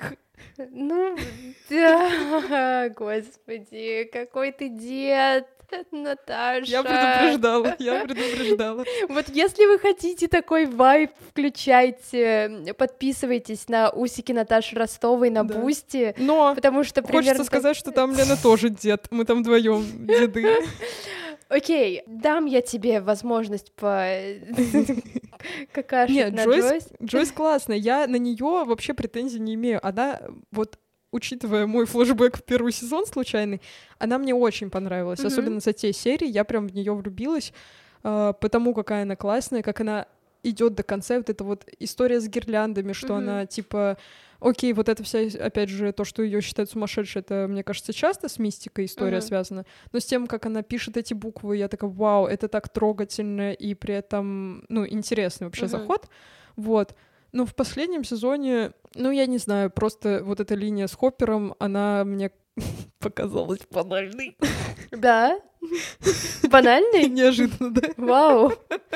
Ну, да, господи, какой ты дед, Наташа. Я предупреждала. Вот если вы хотите такой вайб, включайте, подписывайтесь на усики Наташи Ростовой на Бусти. Но потому что хочется сказать, что там Лена тоже дед, мы там вдвоем деды. Окей, дам я тебе возможность какашить Нет, на Джойс. Джойс классная, я на нее вообще претензий не имею. Она, вот, учитывая мой флешбэк в 1-й сезон случайный, она мне очень понравилась, особенно за те серии, я прям в нее влюбилась, потому какая она классная, как она идет до конца, вот эта вот история с гирляндами, что она, типа... Окей, вот это вся, опять же, то, что ее считают сумасшедшей, это, мне кажется, часто с мистикой история связана, но с тем, как она пишет эти буквы, я такая: вау, это так трогательно и при этом, ну, интересный вообще заход, вот. Но в последнем сезоне, ну, я не знаю, просто вот эта линия с Хоппером, она мне показалась банальной. Да? Банальной? Неожиданно, да? Вау.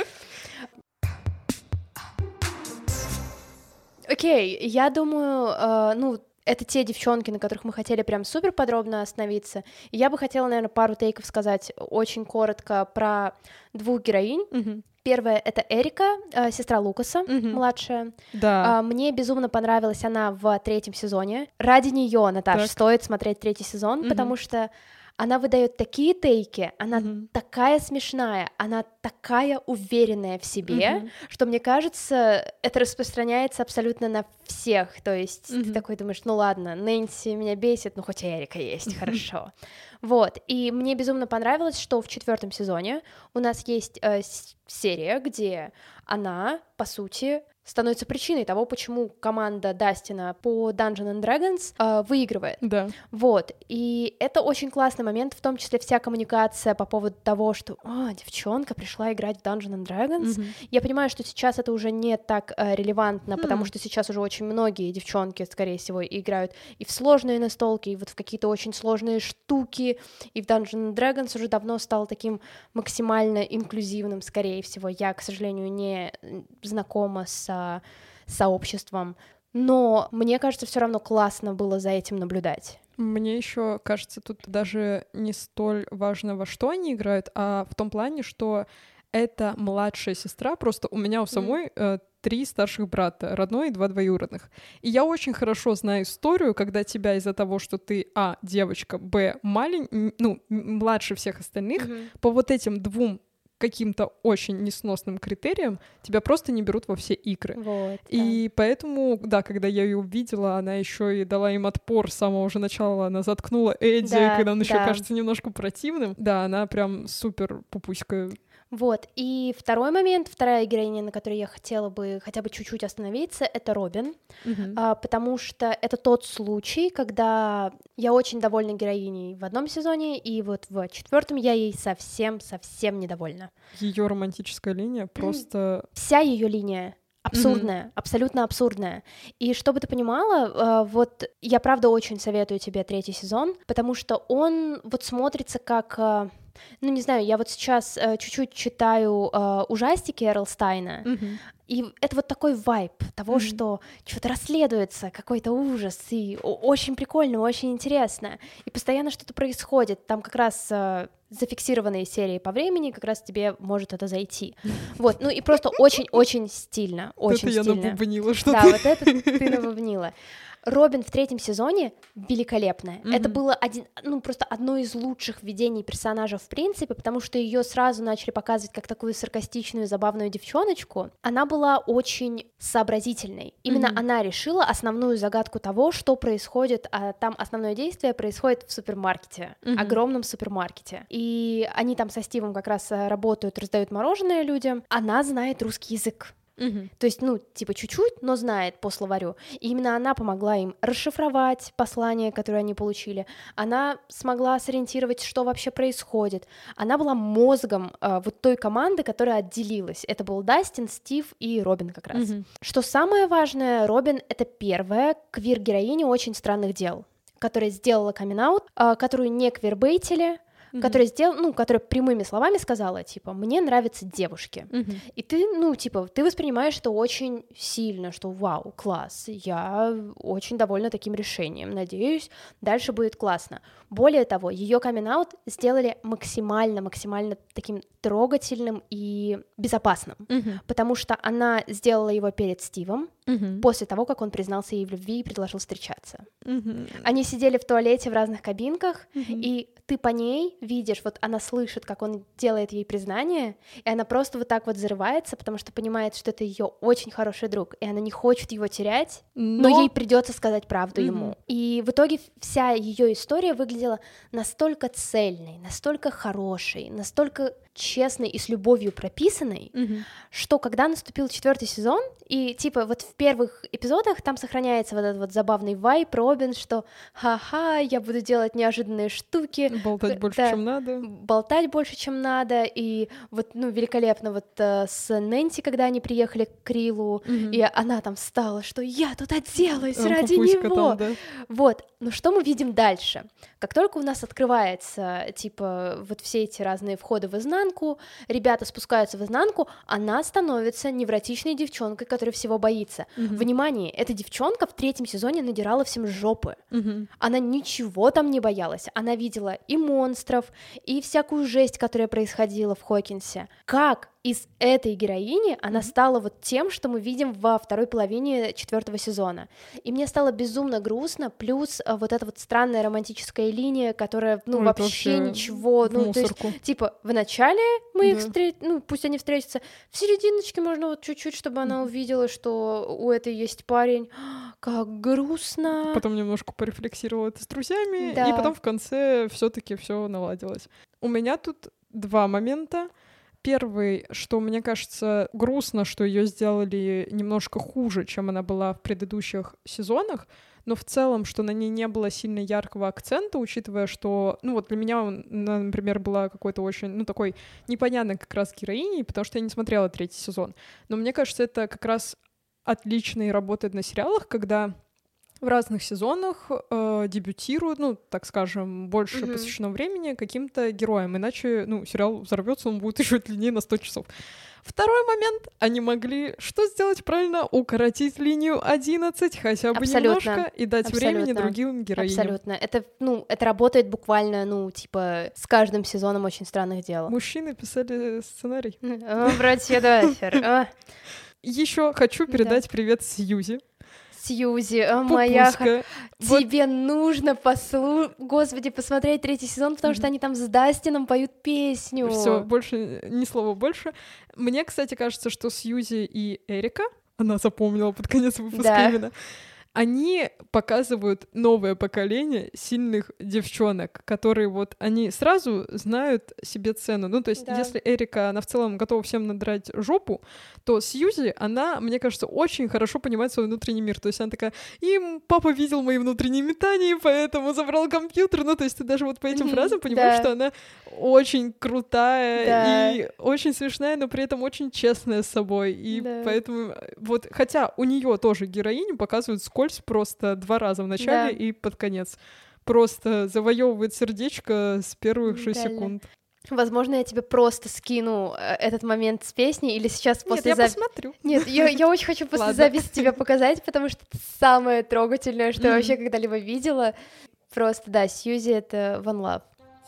Окей, я думаю, это те девчонки, на которых мы хотели прям супер подробно остановиться. И я бы хотела, наверное, пару тейков сказать очень коротко про 2 героинь. Первая — это Эрика, сестра Лукаса, младшая. Да. Мне безумно понравилась она в 3-м сезоне. Ради нее, Наташа, стоит смотреть 3-й сезон, потому что она выдает такие тейки, она такая смешная, она такая уверенная в себе, что, мне кажется, это распространяется абсолютно на всех. То есть ты такой думаешь: ну ладно, Нэнси меня бесит, ну хоть Эрика есть, хорошо. Вот, и мне безумно понравилось, что в 4-м сезоне у нас есть серия, где она, по сути, становится причиной того, почему команда Дастина по Dungeons and Dragons выигрывает. Да. Вот, и это очень классный момент, в том числе вся коммуникация по поводу того, что девчонка пришла играть в Dungeons and Dragons. Я понимаю, что сейчас это уже не так релевантно, потому что сейчас уже очень многие девчонки, скорее всего, играют и в сложные настолки, и вот в какие-то очень сложные штуки, и в Dungeons and Dragons уже давно стал таким максимально инклюзивным, скорее всего. Я, к сожалению, не знакома с сообществом, но мне кажется, все равно классно было за этим наблюдать. Мне еще кажется, тут даже не столь важно, во что они играют, а в том плане, что это младшая сестра, просто у меня у самой 3 старших брата, родной и 2 двоюродных. И я очень хорошо знаю историю, когда тебя из-за того, что ты, девочка, младше всех остальных, по вот этим 2 каким-то очень несносным критериям тебя просто не берут во все игры. Вот, и поэтому, да, когда я ее увидела, она еще и дала им отпор с самого же начала, она заткнула Эдди, когда он еще кажется немножко противным. Да, она прям супер пупуська. Вот, и второй момент, вторая героиня, на которой я хотела бы хотя бы чуть-чуть остановиться, это Робин, потому что это тот случай, когда я очень довольна героиней в одном сезоне, и вот в 4-м я ей совсем недовольна. Ее романтическая линия просто... Вся ее линия абсурдная, абсолютно абсурдная. И чтобы ты понимала, вот я правда очень советую тебе 3-й сезон, потому что он вот смотрится как... Ну, не знаю, я вот сейчас чуть-чуть читаю ужастики Эрл Стайна, и это вот такой вайб того, что что-то расследуется, какой-то ужас, и очень прикольно, очень интересно, и постоянно что-то происходит, там как раз зафиксированные серии по времени, как раз тебе может это зайти. Вот, ну и просто очень-очень стильно, очень стильно. Это я набубнила что-то. Да, вот это ты набубнила. Робин в 3-м сезоне великолепная. Это было просто одно из лучших введений персонажа в принципе, потому что ее сразу начали показывать как такую саркастичную, забавную девчоночку. Она была очень сообразительной. Именно она решила основную загадку того, что происходит, а там основное действие происходит в супермаркете, огромном супермаркете. И они там со Стивом как раз работают, раздают мороженое людям. Она знает русский язык. То есть, чуть-чуть, но знает по словарю. И именно она помогла им расшифровать послание, которое они получили. Она смогла сориентировать, что вообще происходит. Она была мозгом вот той команды, которая отделилась. Это был Дастин, Стив и Робин как раз. Что самое важное, Робин — это первая квир-героиня «Очень странных дел», которая сделала камин-аут, которую не квирбейтили, которая сделала, которая прямыми словами сказала, типа, мне нравятся девушки. И ты, ты воспринимаешь это очень сильно, что вау, класс, я очень довольна таким решением, надеюсь, дальше будет классно. Более того, ее камин-аут сделали максимально таким трогательным и безопасным, потому что она сделала его перед Стивом, после того, как он признался ей в любви и предложил встречаться. Они сидели в туалете в разных кабинках, и ты по ней видишь, вот она слышит, как он делает ей признание, и она просто вот так вот зарывается, потому что понимает, что это ее очень хороший друг, и она не хочет его терять, но ей придется сказать правду ему. И в итоге вся ее история выглядела настолько цельной, настолько хорошей, настолько честной и с любовью прописанной, что когда наступил 4-й сезон, и вот в первых эпизодах там сохраняется вот этот вот забавный вайб Робин, что ха-ха, я буду делать неожиданные штуки. Болтать больше, чем надо. Болтать больше, чем надо, и вот, великолепно вот с Нэнси, когда они приехали к Крилу, и она там встала, что я тут отделаюсь ради него. Там, да. Вот, но что мы видим дальше? Как только у нас открывается, вот все эти разные входы в изнанку, ребята спускаются в изнанку, она становится невротичной девчонкой, которая всего боится. Внимание, эта девчонка в 3-м сезоне надирала всем жопы. Она ничего там не боялась. Она видела и монстров, и всякую жесть, которая происходила в Хокинсе. Как из этой героини она стала вот тем, что мы видим во второй половине 4-го сезона. И мне стало безумно грустно, плюс вот эта вот странная романтическая линия, которая, вообще ничего, то есть, в начале мы их пусть они встретятся, в серединочке можно вот чуть-чуть, чтобы она увидела, что у этой есть парень, как грустно. Потом немножко порефлексировала это с друзьями, и потом в конце все-таки все наладилось. У меня тут 2 момента. Первый, что мне кажется грустно, что ее сделали немножко хуже, чем она была в предыдущих сезонах, но в целом, что на ней не было сильно яркого акцента, учитывая, что, для меня она, например, была какой-то очень, такой непонятной как раз героиней, потому что я не смотрела 3-й сезон. Но мне кажется, это как раз отлично и работает на сериалах, когда в разных сезонах дебютируют, ну, так скажем, больше посвящено времени каким-то героям, иначе, ну, сериал взорвется, он будет еще длиннее на 100 часов. Второй момент. Они могли что сделать правильно? Укоротить линию 11 хотя бы немножко и дать времени другим героиням. Абсолютно. Это работает буквально, типа, с каждым сезоном «Очень странных дел». Мужчины писали сценарий. Братья Даффер. Еще хочу передать привет Сьюзи. Сьюзи, моя... Тебе нужно Господи, посмотреть 3-й сезон, потому что они там с Дастином поют песню. Все, больше, ни слова больше. Мне, кстати, кажется, что Сьюзи и Эрика, она запомнила под конец выпуска именно, они показывают новое поколение сильных девчонок, которые вот, они сразу знают себе цену. Ну, то есть, если Эрика, она в целом готова всем надрать жопу, то Сьюзи, она, мне кажется, очень хорошо понимает свой внутренний мир. То есть она такая, папа видел мои внутренние метания, поэтому забрал компьютер. Ну, то есть ты даже вот по этим фразам понимаешь, что она очень крутая и очень смешная, но при этом очень честная с собой. И поэтому вот, хотя у нее тоже героиню показывают скользь просто 2 раза в начале и под конец. Просто завоевывает сердечко с первых 6 секунд. Возможно, я тебе просто скину этот момент с песней, или сейчас после записи... я посмотрю. Нет, я очень хочу после записи тебе показать, потому что это самое трогательное, что я вообще когда-либо видела. Просто, да, Сьюзи — это One Love.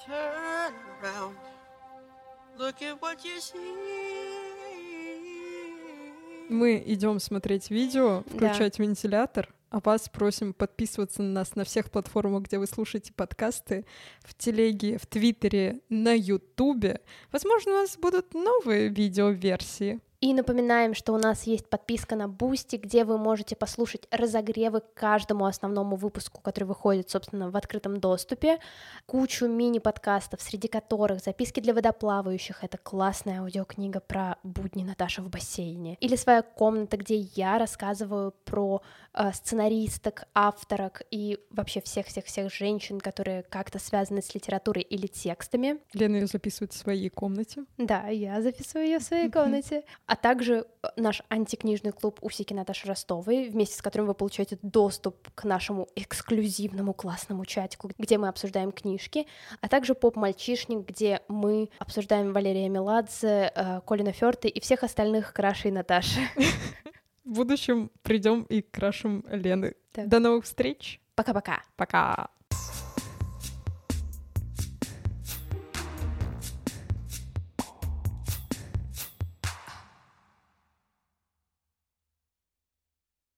Мы идем смотреть видео, включать вентилятор, а вас просим подписываться на нас на всех платформах, где вы слушаете подкасты, в Телеге, в Твиттере, на Ютубе. Возможно, у нас будут новые видеоверсии. И напоминаем, что у нас есть подписка на Boosty, где вы можете послушать разогревы к каждому основному выпуску, который выходит, собственно, в открытом доступе, кучу мини-подкастов, среди которых записки для водоплавающих — это классная аудиокнига про будни Наташи в бассейне, или своя комната, где я рассказываю про сценаристок, авторок и вообще всех-всех-всех женщин, которые как-то связаны с литературой или текстами. Лена ее записывает в своей комнате. Да, я записываю ее в своей комнате. А также наш антикнижный клуб «Усики Наташи Ростовой», вместе с которым вы получаете доступ к нашему эксклюзивному классному чатику, где мы обсуждаем книжки, а также «Поп-мальчишник», где мы обсуждаем Валерия Меладзе, Колина Фёрта и всех остальных крашей Наташи. В будущем придем и к крашам Лены. До новых встреч. Пока-пока. Пока.